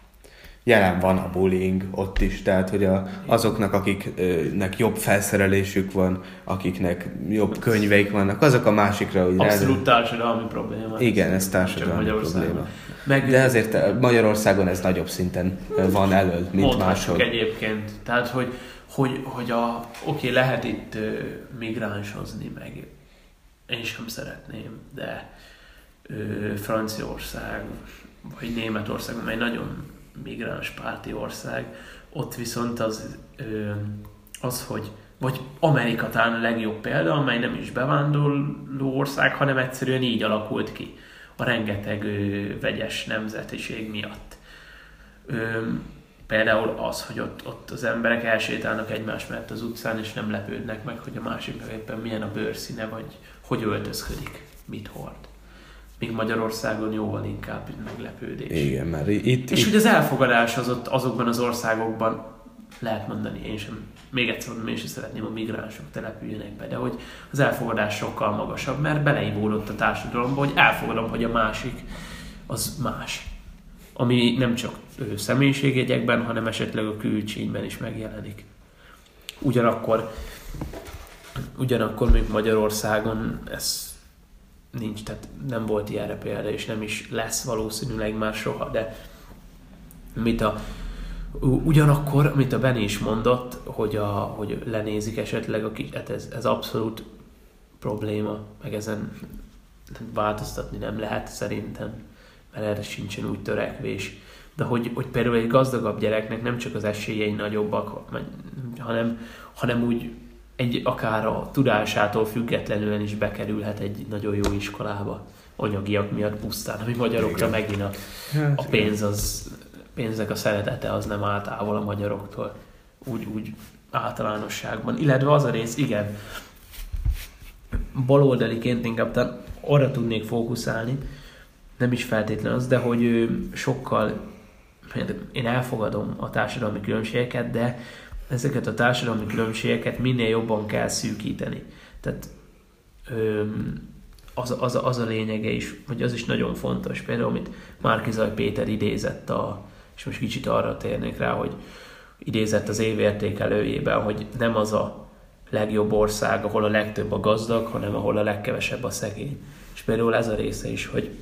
C: jelen van a bullying ott is, tehát hogy a, azoknak, akiknek jobb felszerelésük van, akiknek jobb könyveik vannak, azok a másikra, hogy
B: Abszolút társadalmi probléma.
C: igen, ez
B: Csak
C: társadalmi
B: Magyarországon.
C: probléma.
B: Meg,
C: De azért Magyarországon ez nagyobb szinten van elől, mint
B: mondhatjuk
C: máshol.
B: egyébként. Tehát, hogy, hogy, hogy a, oké, lehet itt ö, migránshozni, meg én sem szeretném, de ö, Franciaország, vagy Németország, amely nagyon migránspárti ország, ott viszont az, ö, az, hogy vagy Amerika talán a legjobb példa, amely nem is bevándorló ország, hanem egyszerűen így alakult ki a rengeteg ö, vegyes nemzetiség miatt. Ö, például az, hogy ott, ott az emberek elsétálnak egymás mellett az utcán, és nem lepődnek meg, hogy a másiknak éppen milyen a bőrszíne, vagy hogy öltözködik, mit hord. Míg Magyarországon jóval inkább meglepődés.
C: Igen, mert itt...
B: És
C: itt
B: hogy az elfogadás az ott azokban az országokban, lehet mondani, én sem, még egyszer mondom, én sem szeretném, a migránsok települjenek be, de hogy az elfogadás sokkal magasabb, mert beleívódott a társadalomba, hogy elfogadom, hogy a másik az más. Ami nem csak ő személyiségjegyekben, hanem esetleg a külcsényben is megjelenik. Ugyanakkor, ugyanakkor még Magyarországon ez nincs, tehát nem volt ilyenre példa, és nem is lesz valószínűleg már soha, de mit a, ugyanakkor, amit a Benni is mondott, hogy, a, hogy lenézik esetleg a kis, hát ez, ez abszolút probléma, meg ezen változtatni nem lehet szerintem, mert erre sincsen úgy törekvés. De hogy, hogy például egy gazdagabb gyereknek nem csak az esélyei nagyobbak, hanem, hanem úgy egy, akár a tudásától függetlenül is bekerülhet egy nagyon jó iskolába. anyagiak miatt pusztán, ami magyarokra
C: igen.
B: megint a, a pénz az, pénznek a szeretete az nem áll távol a magyaroktól, úgy, úgy általánosságban. Illetve az a rész, igen, baloldaliként inkább arra tudnék fókuszálni, nem is feltétlen az, de hogy ő sokkal, én elfogadom a társadalmi különbségeket, de ezeket a társadalmi különbségeket minél jobban kell szűkíteni. Tehát az, az, az a lényege is, hogy az is nagyon fontos. Például, amit Márki-Zay Péter idézett, a, és most kicsit arra térnék rá, hogy idézett az évértékelőjében, hogy nem az a legjobb ország, ahol a legtöbb a gazdag, hanem ahol a legkevesebb a szegény. És például ez a része is, hogy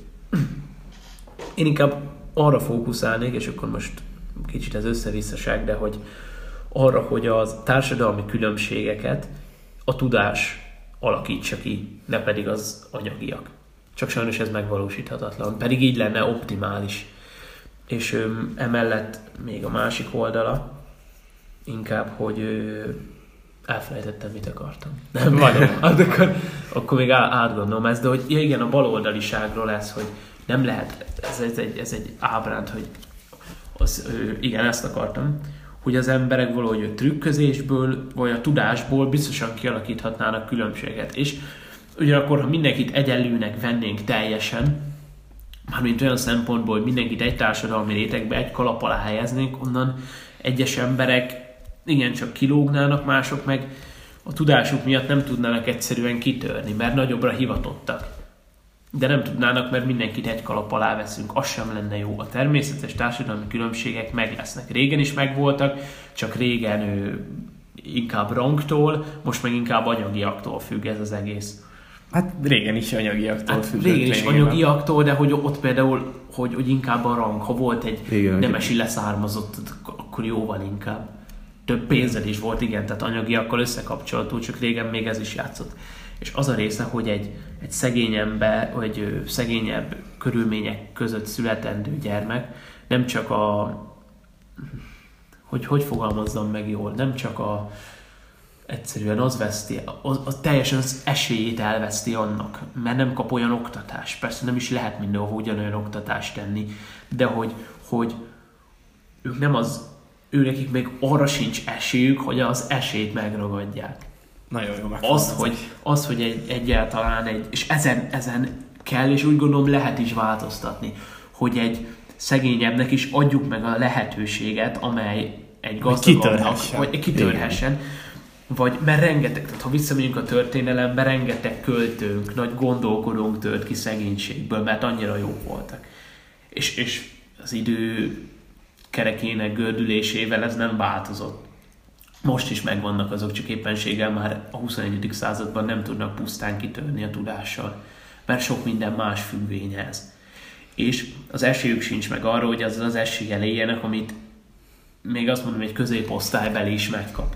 B: én inkább arra fókuszálnék, és akkor most kicsit ez összevisszaság, de hogy arra, hogy a társadalmi különbségeket a tudás alakítsa ki, ne pedig az anyagiak. Csak sajnos ez megvalósíthatatlan, pedig így lenne optimális. És öm, emellett még a másik oldala, inkább, hogy ö, elfelejtettem, mit akartam. Nem vagyok. Hát akkor, akkor még átgondolom ezt, de hogy ja igen, a baloldaliságról lesz, hogy nem lehet, ez, ez, egy, ez egy ábránd, hogy az, ö, igen, ezt akartam, hogy az emberek valahogy a trükközésből, vagy a tudásból biztosan kialakíthatnának különbséget. És ugyanakkor, ha mindenkit egyenlőnek vennénk teljesen, mármint olyan szempontból, hogy mindenkit egy társadalmi rétegbe, egy kalap alá helyeznénk, onnan egyes emberek igencsak kilógnának, mások meg a tudásuk miatt nem tudnának egyszerűen kitörni, mert nagyobbra hivatottak. De nem tudnának, mert mindenkit egy kalap alá veszünk. Az sem lenne jó. A természetes társadalmi különbségek meg lesznek. Régen is megvoltak, csak régen ő, inkább rangtól, most meg inkább anyagiaktól függ ez az egész.
A: Hát régen is anyagiaktól
B: hát
A: függött.
B: Régen is anyagiaktól, de hogy ott például, hogy, hogy inkább a rang, ha volt egy
C: igen,
B: nemesi leszármazott, akkor jóval inkább. Több pénzed is volt, igen, tehát anyagiakkal összekapcsolható, csak régen még ez is játszott. És az a része, hogy egy, egy szegény ember, vagy szegényebb körülmények között születendő gyermek nem csak a, hogy hogy fogalmazzam meg jól, nem csak a egyszerűen az veszti, az, az teljesen az esélyét elveszti annak, mert nem kap olyan oktatást. Persze nem is lehet mindenhol ugyanolyan oktatást tenni, de hogy, hogy ők nem az, őnekik még arra sincs esélyük, hogy az esélyt megragadják.
A: Nagyon jó
B: az, hogy, az, hogy egy, egyáltalán egy, és ezen, ezen kell, és úgy gondolom lehet is változtatni, hogy egy szegényebbnek is adjuk meg a lehetőséget, amely egy gazdagabbnak, vagy kitörhessen. Vagy, mert rengeteg, tehát ha visszamegyünk a történelembe, rengeteg költőnk, nagy gondolkodónk tört ki szegénységből, mert annyira jók voltak. És, és az idő kerekének gördülésével ez nem változott. Most is megvannak azok, csak éppenséggel már a huszonegyedik században nem tudnak pusztán kitörni a tudással, mert sok minden más függvényhez. És az esélyük sincs meg arra, hogy az az eséllyel éljenek, amit még azt mondom, hogy egy középosztálybeli is megkap.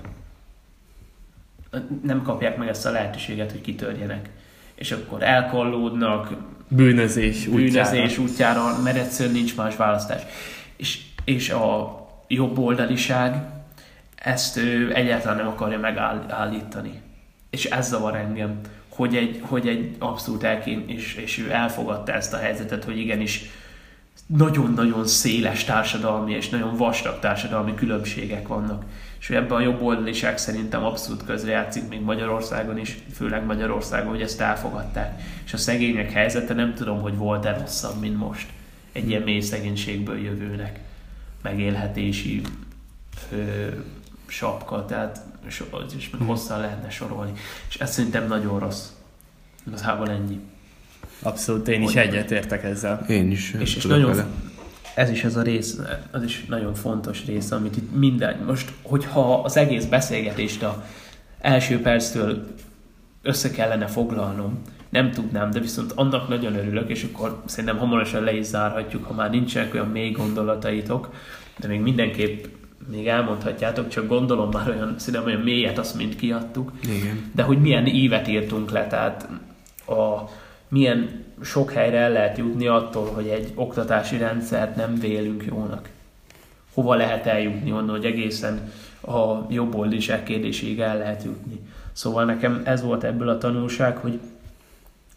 B: Nem kapják meg ezt a lehetőséget, hogy kitörjenek. És akkor elkallódnak,
A: bűnözés,
B: bűnözés útjára, útjára mert egyszerűen nincs más választás. És, és a jobboldaliság ezt ő egyáltalán nem akarja megállítani. És ez zavar engem, hogy egy, hogy egy abszolút elkén, és, és ő elfogadta ezt a helyzetet, hogy igenis nagyon-nagyon széles társadalmi és nagyon vastag társadalmi különbségek vannak. És ebben a jobboldaliság szerintem abszolút közrejátszik még Magyarországon is, főleg Magyarországon, hogy ezt elfogadták. És a szegények helyzete nem tudom, hogy volt-e rosszabb, mint most. Egy ilyen mély szegénységből jövőnek. Megélhetési ö, sapka, tehát és még hosszan lehetne sorolni. És ez szerintem nagyon rossz. Igazából ennyi.
A: Abszolút, én is egyetértek ezzel.
C: Én is.
B: És, és nagyon, ez is ez a rész, az is nagyon fontos rész, amit itt minden, most, hogyha az egész beszélgetést a első perctől össze kellene foglalnom, nem tudnám, de viszont annak nagyon örülök, és akkor szerintem hamarosan le is zárhatjuk, ha már nincsenek olyan mély gondolataitok, de még mindenképp még elmondhatjátok, csak gondolom már olyan, szerintem olyan mélyet, azt mind kiadtuk.
C: Igen.
B: De hogy milyen ívet írtunk le, tehát a, milyen sok helyre el lehet jutni attól, hogy egy oktatási rendszert nem vélünk jónak. Hova lehet eljutni onnan, hogy egészen a jobboldaliság kérdéséig el lehet jutni. Szóval nekem ez volt ebből a tanulság, hogy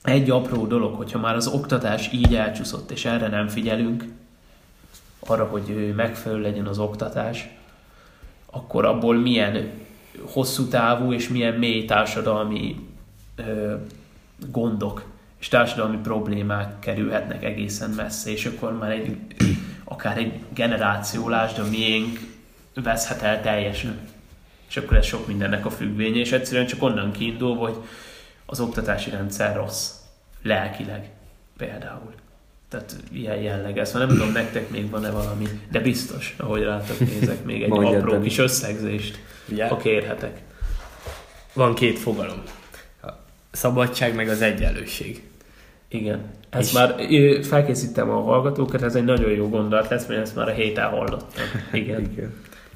B: egy apró dolog, hogyha már az oktatás így elcsúszott, és erre nem figyelünk, arra, hogy megfelelő legyen az oktatás, akkor abból milyen hosszú távú és milyen mély társadalmi ö, gondok és társadalmi problémák kerülhetnek egészen messze, és akkor már egy, akár egy generáció, lásd a miénk, veszhet el teljesen. És akkor ez sok mindennek a függvénye, és egyszerűen csak onnan kiindul, hogy az oktatási rendszer rossz. Lelkileg például. Tehát ilyen jelleg. Ezt nem tudom, nektek még van-e valami, de biztos, ahogy rátok nézek, még egy
C: Mondjad,
B: apró
C: Dani.
B: kis összegzést,
A: Ugye?
B: ha kérhetek.
A: Van két fogalom. A szabadság meg az egyenlőség.
B: Igen. Ezt
A: És-
B: már ö, felkészítem a hallgatókat, ez egy nagyon jó gondolat lesz, mert ezt már a héten hallottam. Igen.
C: Igen.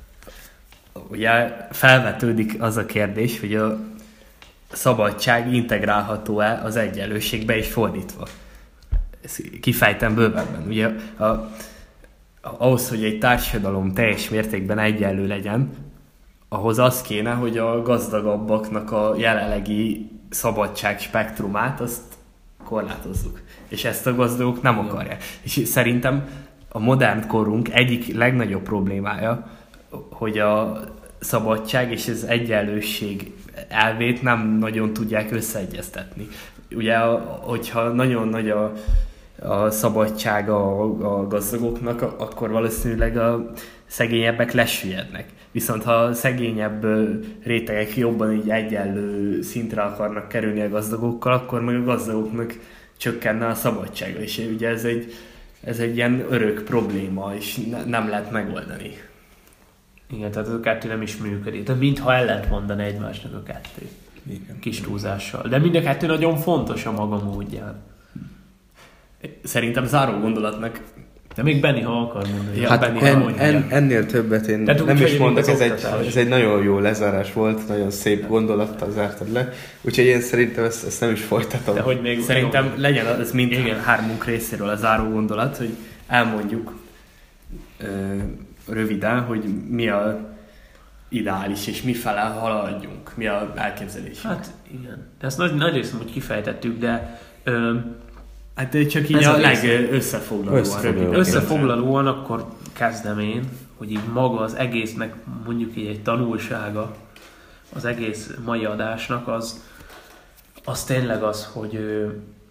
A: Ugye felvetődik az a kérdés, hogy a szabadság integrálható-e az egyenlőségbe és fordítva. Ezt kifejtem bővebben. Ugye a, a, ahhoz, hogy egy társadalom teljes mértékben egyenlő legyen, ahhoz az kéne, hogy a gazdagabbaknak a jelenlegi szabadság spektrumát azt korlátozzuk. És ezt a gazdagok nem akarják. És szerintem a modern korunk egyik legnagyobb problémája, hogy a szabadság és az egyenlőség elvét nem nagyon tudják összeegyeztetni. Ugye, a- hogyha nagyon nagy a, a szabadság a, a gazdagoknak, akkor valószínűleg a szegényebbek lesüllyednek. Viszont ha a szegényebb ö, rétegek jobban így egyenlő szintre akarnak kerülni a gazdagokkal, akkor meg a gazdagoknak csökkenne a szabadsága. És ugye ez egy, ez egy ilyen örök probléma, és ne, nem lehet megoldani.
B: Igen, tehát a kettő nem is működik. Tehát mintha ellent mondana egymásnak a kettő.
C: Igen.
B: Kis túlzással. De mind a kettő nagyon fontos a maga módján.
A: Szerintem záró gondolatnak
B: De még Benni, ha akar mondani.
A: Ja,
C: Hát
A: Benni,
C: en,
A: mondja.
C: en, ennél többet én
B: De
C: nem
B: úgy,
C: is
B: hogy
C: mondok,
B: az
C: ez egy,
B: oktatás.
C: ez egy nagyon jó lezárás volt, nagyon szép gondolattal zártad le, úgyhogy én szerintem ezt, ezt nem is folytatom.
B: De hogy még
A: Szerintem legyen az mind
B: Igen.
A: hármunk részéről a záró gondolat, hogy elmondjuk ö, röviden, hogy mi a ideális, és mi fele haladjunk, mi a elképzelés. Hát,
B: Hát igen. De ezt nagy, nagy részben úgy kifejtettük, de ö,
A: hát csak így
B: Ez
A: a
B: a rész.
A: legösszefoglalóan.
C: Összefoglaló.
A: röviden.
B: összefoglalóan akkor kezdem én, hogy így maga az egésznek, mondjuk így egy tanulsága, az egész mai adásnak az, az tényleg az, hogy ö,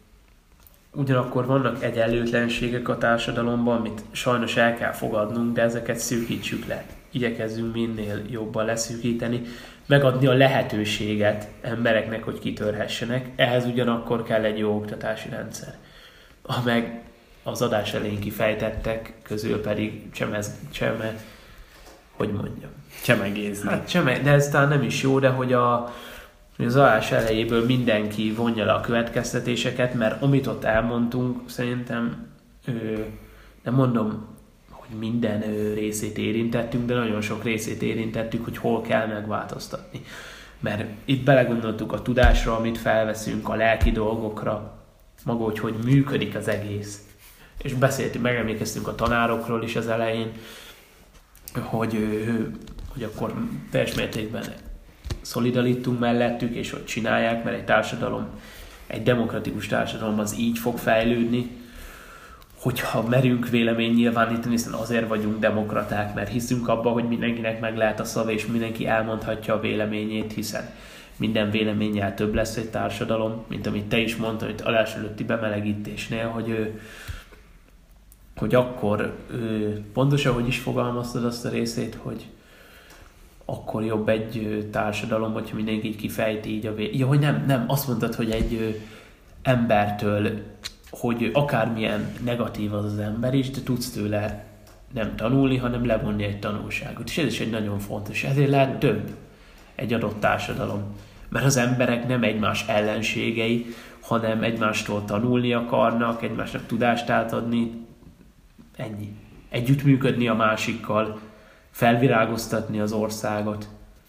B: ugyanakkor vannak egyenlőtlenségek a társadalomban, amit sajnos el kell fogadnunk, de ezeket szűkítsük le. Igyekezzünk minél jobban leszűkíteni, megadni a lehetőséget embereknek, hogy kitörhessenek. Ehhez ugyanakkor kell egy jó oktatási rendszer. Ha meg az adás elején kifejtettek, közül pedig csemez, cseme, hogy mondjam.
A: Csemegézni.
B: Hát cseme, de ez talán nem is jó, de hogy a, hogy az adás elejéből mindenki vonja le a következtetéseket, mert amit ott elmondtunk, szerintem ö, nem mondom, hogy minden ö, részét érintettünk, de nagyon sok részét érintettük, hogy hol kell megváltoztatni. Mert itt belegondoltuk a tudásra, amit felveszünk, a lelki dolgokra, maga, hogy hogy működik az egész. És beszéltünk, megemlékeztünk a tanárokról is az elején, hogy, ö, hogy akkor teljes mértékben szolidarítunk mellettük, és hogy csinálják, mert egy társadalom, egy demokratikus társadalom az így fog fejlődni, hogyha merünk vélemény nyilvánítani, hiszen azért vagyunk demokraták, mert hiszünk abba, hogy mindenkinek meg lehet a szava, és mindenki elmondhatja a véleményét, hiszen minden véleménnyel több lesz egy társadalom, mint amit te is mondtad, hogy adás előtti bemelegítésnél, hogy, ő, hogy akkor ő, pontosan, hogy is fogalmaztad azt a részét, hogy akkor jobb egy társadalom, hogyha mindenki így kifejti így a vé... Ja, hogy nem, nem, azt mondtad, hogy egy ö, embertől, hogy akármilyen negatív az az ember is, de tudsz tőle nem tanulni, hanem levonni egy tanulságot. És ez is egy nagyon fontos. Ezért lehet több egy adott társadalom. Mert az emberek nem egymás ellenségei, hanem egymástól tanulni akarnak, egymásnak tudást átadni. Ennyi. Együttműködni a másikkal, felvirágoztatni az országot,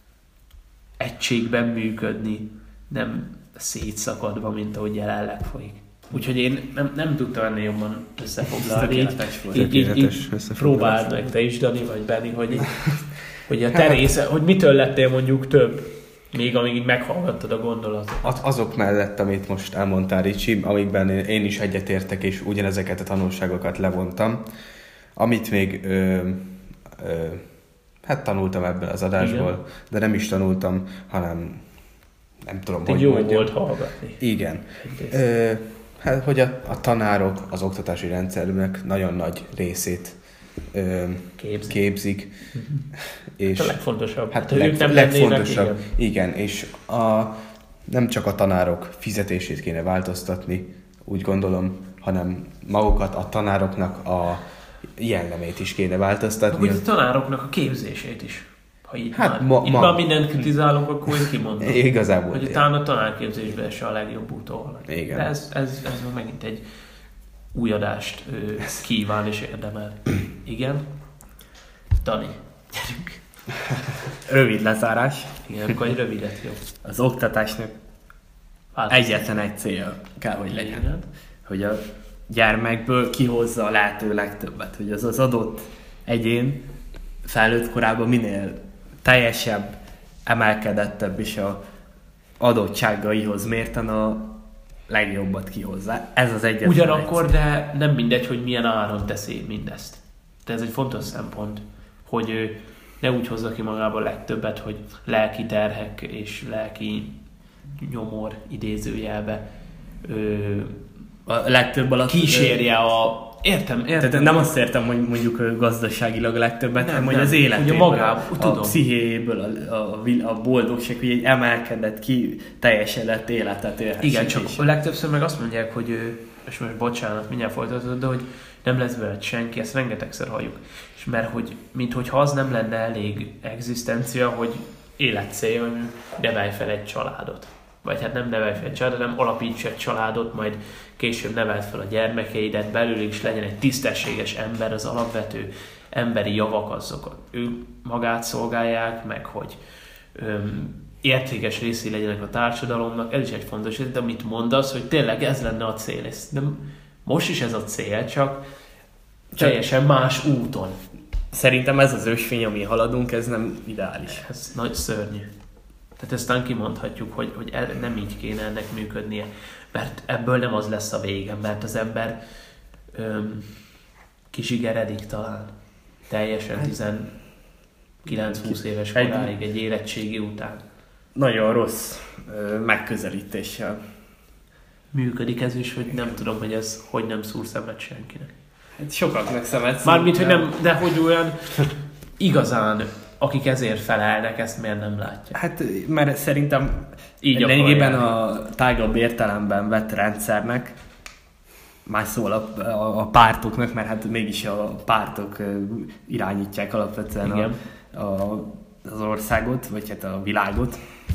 B: egységben működni, nem szétszakadva, mint ahogy jelenleg folyik. Úgyhogy én nem, nem tudtam ennél jobban összefoglalni. Így, így, így, így
C: Tökéletes összefoglalás.
B: próbáld meg te is, Dani, vagy Benni, hogy, hogy a te része, hogy mitől lettél mondjuk több Még amíg így meghallgattad a gondolatot.
C: Az, azok mellett, amit most elmondtál, Ricsi, amikben én is egyetértek, és ugyanezeket a tanulságokat levontam, amit még ö, ö, hát tanultam ebből az adásból, igen. De nem is tanultam, hanem nem tudom,
B: Te
C: hogy
B: jó
C: mondjam.
B: volt hallgatni.
C: Igen. Ö, hát, hogy a, a tanárok az oktatási rendszernek nagyon nagy részét ö,
B: Képzik.
C: képzik.
B: Uh-huh.
C: És
B: hát a legfontosabb.
C: Hát
B: hát,
C: leg,
B: ők nem
C: legfontosabb.
B: lennének,
C: igen. igen, és a, nem csak a tanárok fizetését kéne változtatni, úgy gondolom, hanem magukat, a tanároknak a jellemét is kéne változtatni.
B: Hogy a tanároknak a képzését is. Ha itt
C: hát
B: már,
C: ma,
B: itt
C: ma,
B: már mindent kritizálunk, akkor én kimondom.
C: Igazából.
B: Hogy talán a tanárképzésben se a legjobb úton.
C: Igen.
B: De ez, ez, ez megint egy új adást ö, kíván és érdemel. Igen? Dani, gyerünk.
A: Rövid lezárás.
B: Igen, akkor egy rövidet, jó.
A: Az oktatásnak
B: Változik.
A: egyetlen egy célja kell, hogy legyen.
B: Igen.
A: Hogy a gyermekből kihozza a lehető legtöbbet. Hogy az az adott egyén felnőtt korában minél teljesebb, emelkedettebb és a adottságaihoz mérten a legjobbat kihozza. Ez az egyetlen
B: Ugyanakkor,
A: egy
B: de nem mindegy, hogy milyen áron teszi mindezt. De ez egy fontos szempont, hogy ő ne úgy hozza ki magából legtöbbet, hogy lelki terhek és lelki nyomor idézőjelbe ö,
A: a legtöbb alatt
B: kísérje a... Értem, értem.
A: Tehát nem azt értem, hogy mondjuk gazdaságilag a legtöbbet,
B: Nem,
A: hanem hogy
B: nem.
A: az életéből,
B: Ugye magából,
A: a,
B: tudom.
A: a pszichéjéből, a, a, a boldogság, hogy egy emelkedett, ki teljesedett életet élhessék.
B: Igen, csak a legtöbbször meg azt mondják, hogy ő, és most bocsánat, mindjárt folytatod, de hogy nem lesz veled senki, ezt rengetegszer halljuk. És mert hogy, minthogyha az nem lenne elég egzisztencia, hogy életcél, hogy nevelj fel egy családot. Vagy hát nem nevelj fel egy családot, hanem alapíts egy családot, majd később neveld fel a gyermekeidet, belül is legyen egy tisztességes ember, az alapvető emberi javak azok, ők magát szolgálják, meg hogy öm, értékes részé legyenek a társadalomnak, ez is egy fontos, de amit mondasz, hogy tényleg ez lenne a cél. De most is ez a cél, csak teljesen más úton.
A: Szerintem ez az ösvény, ami haladunk, ez nem ideális.
B: Ez nagy szörnyű. Tehát ezt talán kimondhatjuk, hogy, hogy nem így kéne ennek működnie, mert ebből nem az lesz a vége, mert az ember öm, kizsigeredik talán teljesen tizenkilenc-húsz éves koráig egy érettségi után.
A: Nagyon rossz ö, megközelítéssel.
B: Működik ez is, hogy nem tudom, hogy ez hogy nem szúr szemet senkinek.
A: Hát sokaknak szemet.
B: Mármint, hogy nem, de hogy olyan igazán, akik ezért felelnek, ezt miért nem látják?
A: Hát, mert szerintem
B: így
A: lényegében a tágabb értelemben vett rendszernek, más szól a, a, a pártoknak, mert hát mégis a pártok irányítják alapvetően a, a, az országot, vagy hát a világot.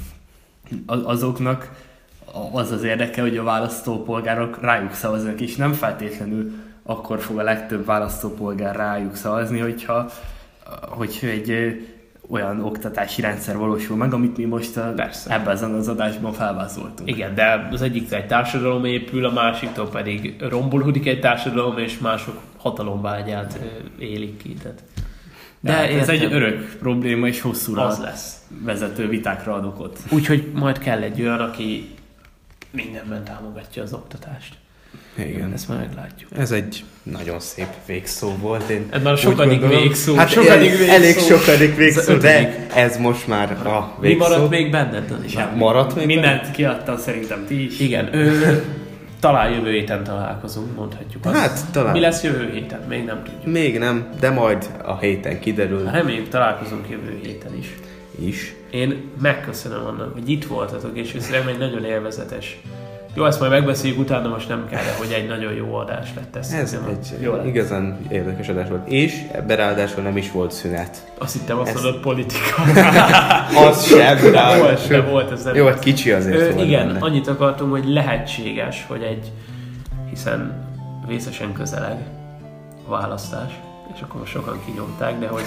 A: Azoknak az az érdeke, hogy a választópolgárok rájuk szavaznak, és nem feltétlenül akkor fog a legtöbb választópolgár rájuk szavazni, hogyha, hogyha egy ö, olyan oktatási rendszer valósul meg, amit mi most a, ebben az adásban felvázoltunk.
B: Igen, de az egyik egy társadalom épül, a másiktól pedig rombolódik egy társadalom, és mások hatalomvágyát ö, élik ki. Tehát.
A: De, de ez egy örök probléma, és hosszúra
B: az lesz.
A: Vezető vitákra ad okot.
B: Úgyhogy majd kell egy olyan, aki mindenben támogatja az oktatást.
C: Igen.
B: Ezt már meglátjuk.
C: Ez egy nagyon szép végszó volt. Én
B: ez már a sokadik végszó.
C: Hát
B: sokadik
C: ez,
B: végszó.
C: elég sokadik végszó, de ez most már a végszó.
B: Mi maradt még benned, Dani?
C: Maradt még
A: Mindent
C: benned?
A: kiadtam, szerintem ti is.
B: Igen. Ő, talán jövő héten találkozunk, mondhatjuk azt.
C: Hát talán.
B: Mi lesz jövő héten? Még nem tudjuk.
C: Még nem, de majd a héten kiderül.
B: Reméljük találkozunk jövő héten is.
C: Is.
B: Én megköszönöm annak, hogy itt voltatok, és ez remény nagyon élvezetes. Jó, ezt majd megbeszéljük utána, most nem kell, de hogy egy nagyon jó adás lett ez.
C: Ez egy jó igazán érdekes adás volt. És ebben ráadásul nem is volt szünet.
B: Azt hittem, azt
C: ez...
B: mondod politika.
C: Az sem,
B: de volt, de volt, ez nem.
C: Jó, egy kicsi azért
B: Ö,
C: volt
B: igen,
C: benne.
B: Annyit akartunk, hogy lehetséges, hogy egy, hiszen vészesen közeleg a választás, és akkor most sokan kinyomták, de hogy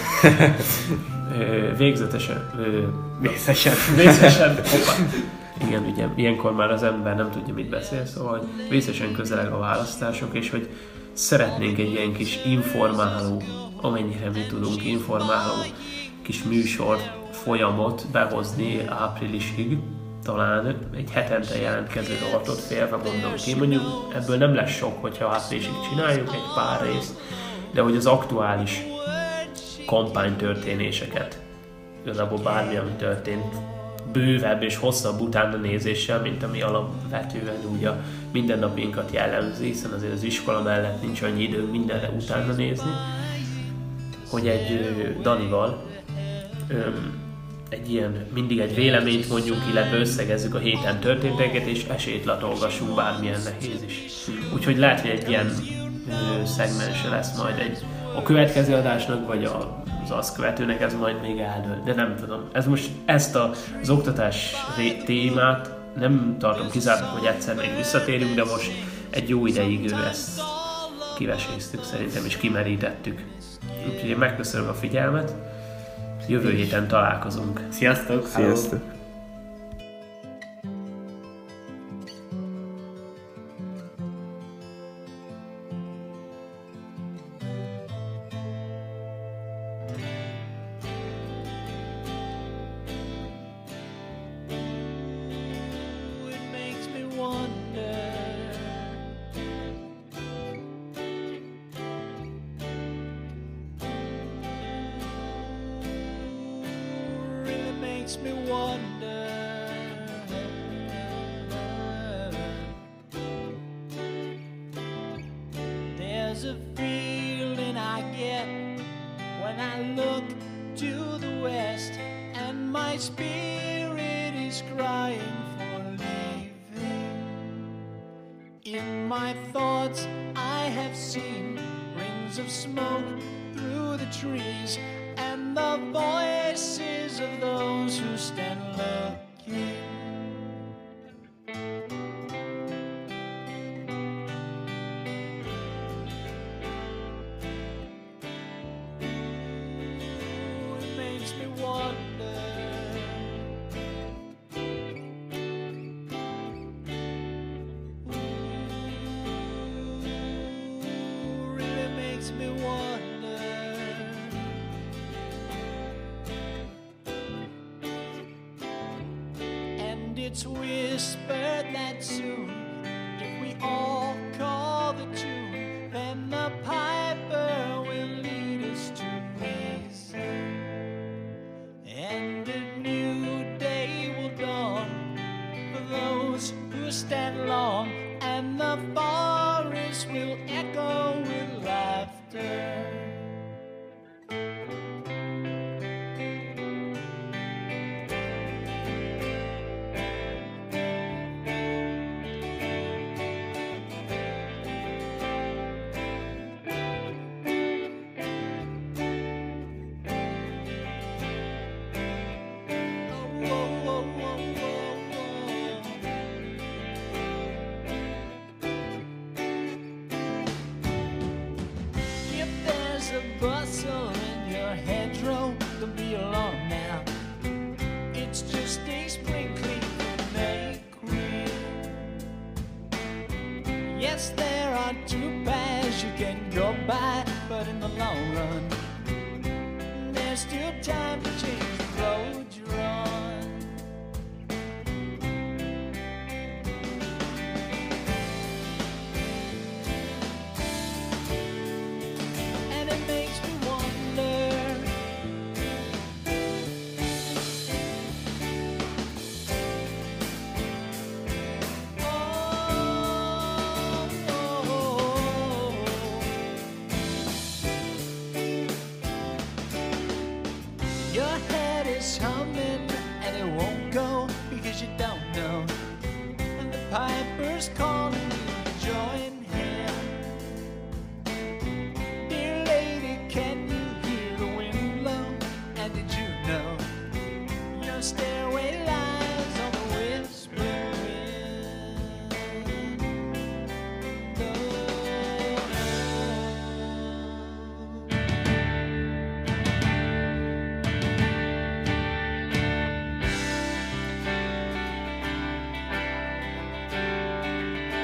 B: ö, végzetesen, ö,
A: Vészesen.
B: vészesen, hoppá. Igen, ugye, ilyenkor már az ember nem tudja, mit beszél, szóval vészesen közeleg a választások, és hogy szeretnénk egy ilyen kis informáló, amennyire mi tudunk, informáló kis műsort folyamot behozni áprilisig, talán egy hetente jelentkező rovatot félve mondom ki. Mondjuk ebből nem lesz sok, hogyha áprilisig csináljuk egy pár részt, de hogy az aktuális kampánytörténéseket, igazából bármi, ami történt, bővebb és hosszabb utána nézéssel, mint ami alapvetően úgy a mindennapjainkat jellemzi, hiszen azért az iskola mellett nincs annyi időnk mindenre utána nézni, hogy egy ö, Danival ö, egy ilyen, mindig egy véleményt mondjuk, illetve összegezzük a héten történteket, és esélyt latolgassunk, bármilyen nehéz is. Úgyhogy lehet, hogy egy ilyen ö, szegmense lesz majd egy a következő adásnak, vagy a, az azt követőnek, ez majd még eldől, de nem tudom. Ez most ezt a, az oktatás témát nem tartom kizártnak, hogy egyszer még visszatérünk, de most egy jó ideig ezt kiveséztük szerintem, és kimerítettük. Úgyhogy én megköszönöm a figyelmet, jövő héten találkozunk.
A: Sziasztok!
C: Sziasztok!
D: Makes me wonder. There's a feeling I get when I look to the west, and my spirit is crying for leaving. In my thoughts I have seen rings of smoke through the trees, and the voices of those who stand looking. Ooh, it makes me wonder. Ooh, really makes me wonder. It's whispered that soon, if we all call the tune, then the piper will lead us to reason, and a new day will dawn for those who stand long, and the forest will echo with laughter. Bustle in your hedgerow, don't be alarmed now. It's just a spring clean May Queen. Yes, there are two paths you can go by, but in the long run, there's still time to change the road you're on. Your head is humming and it won't go because you don't know. And the piper's calling you to join him. Dear lady, can you hear the wind blow? And did you know your stairway lies on the whispering wind?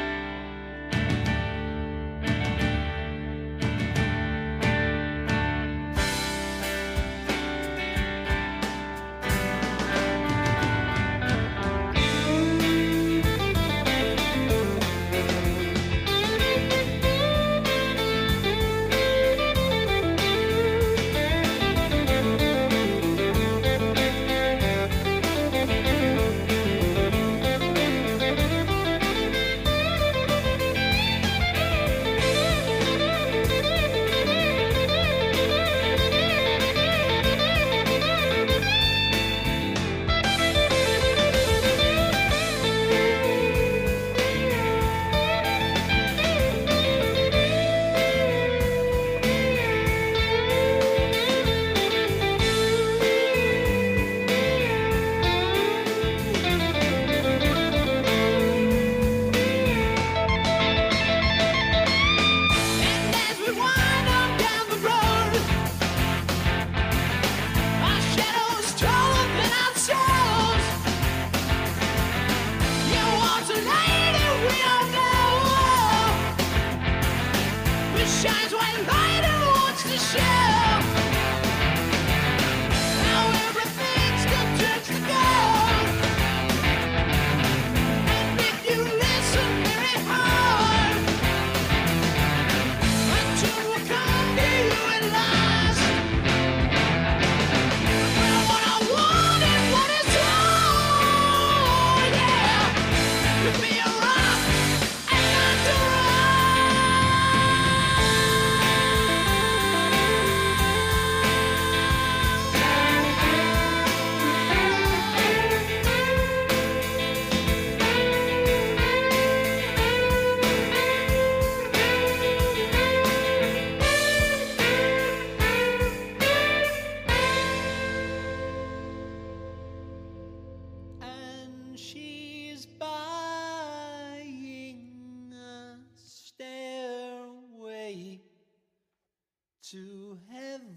D: to heaven.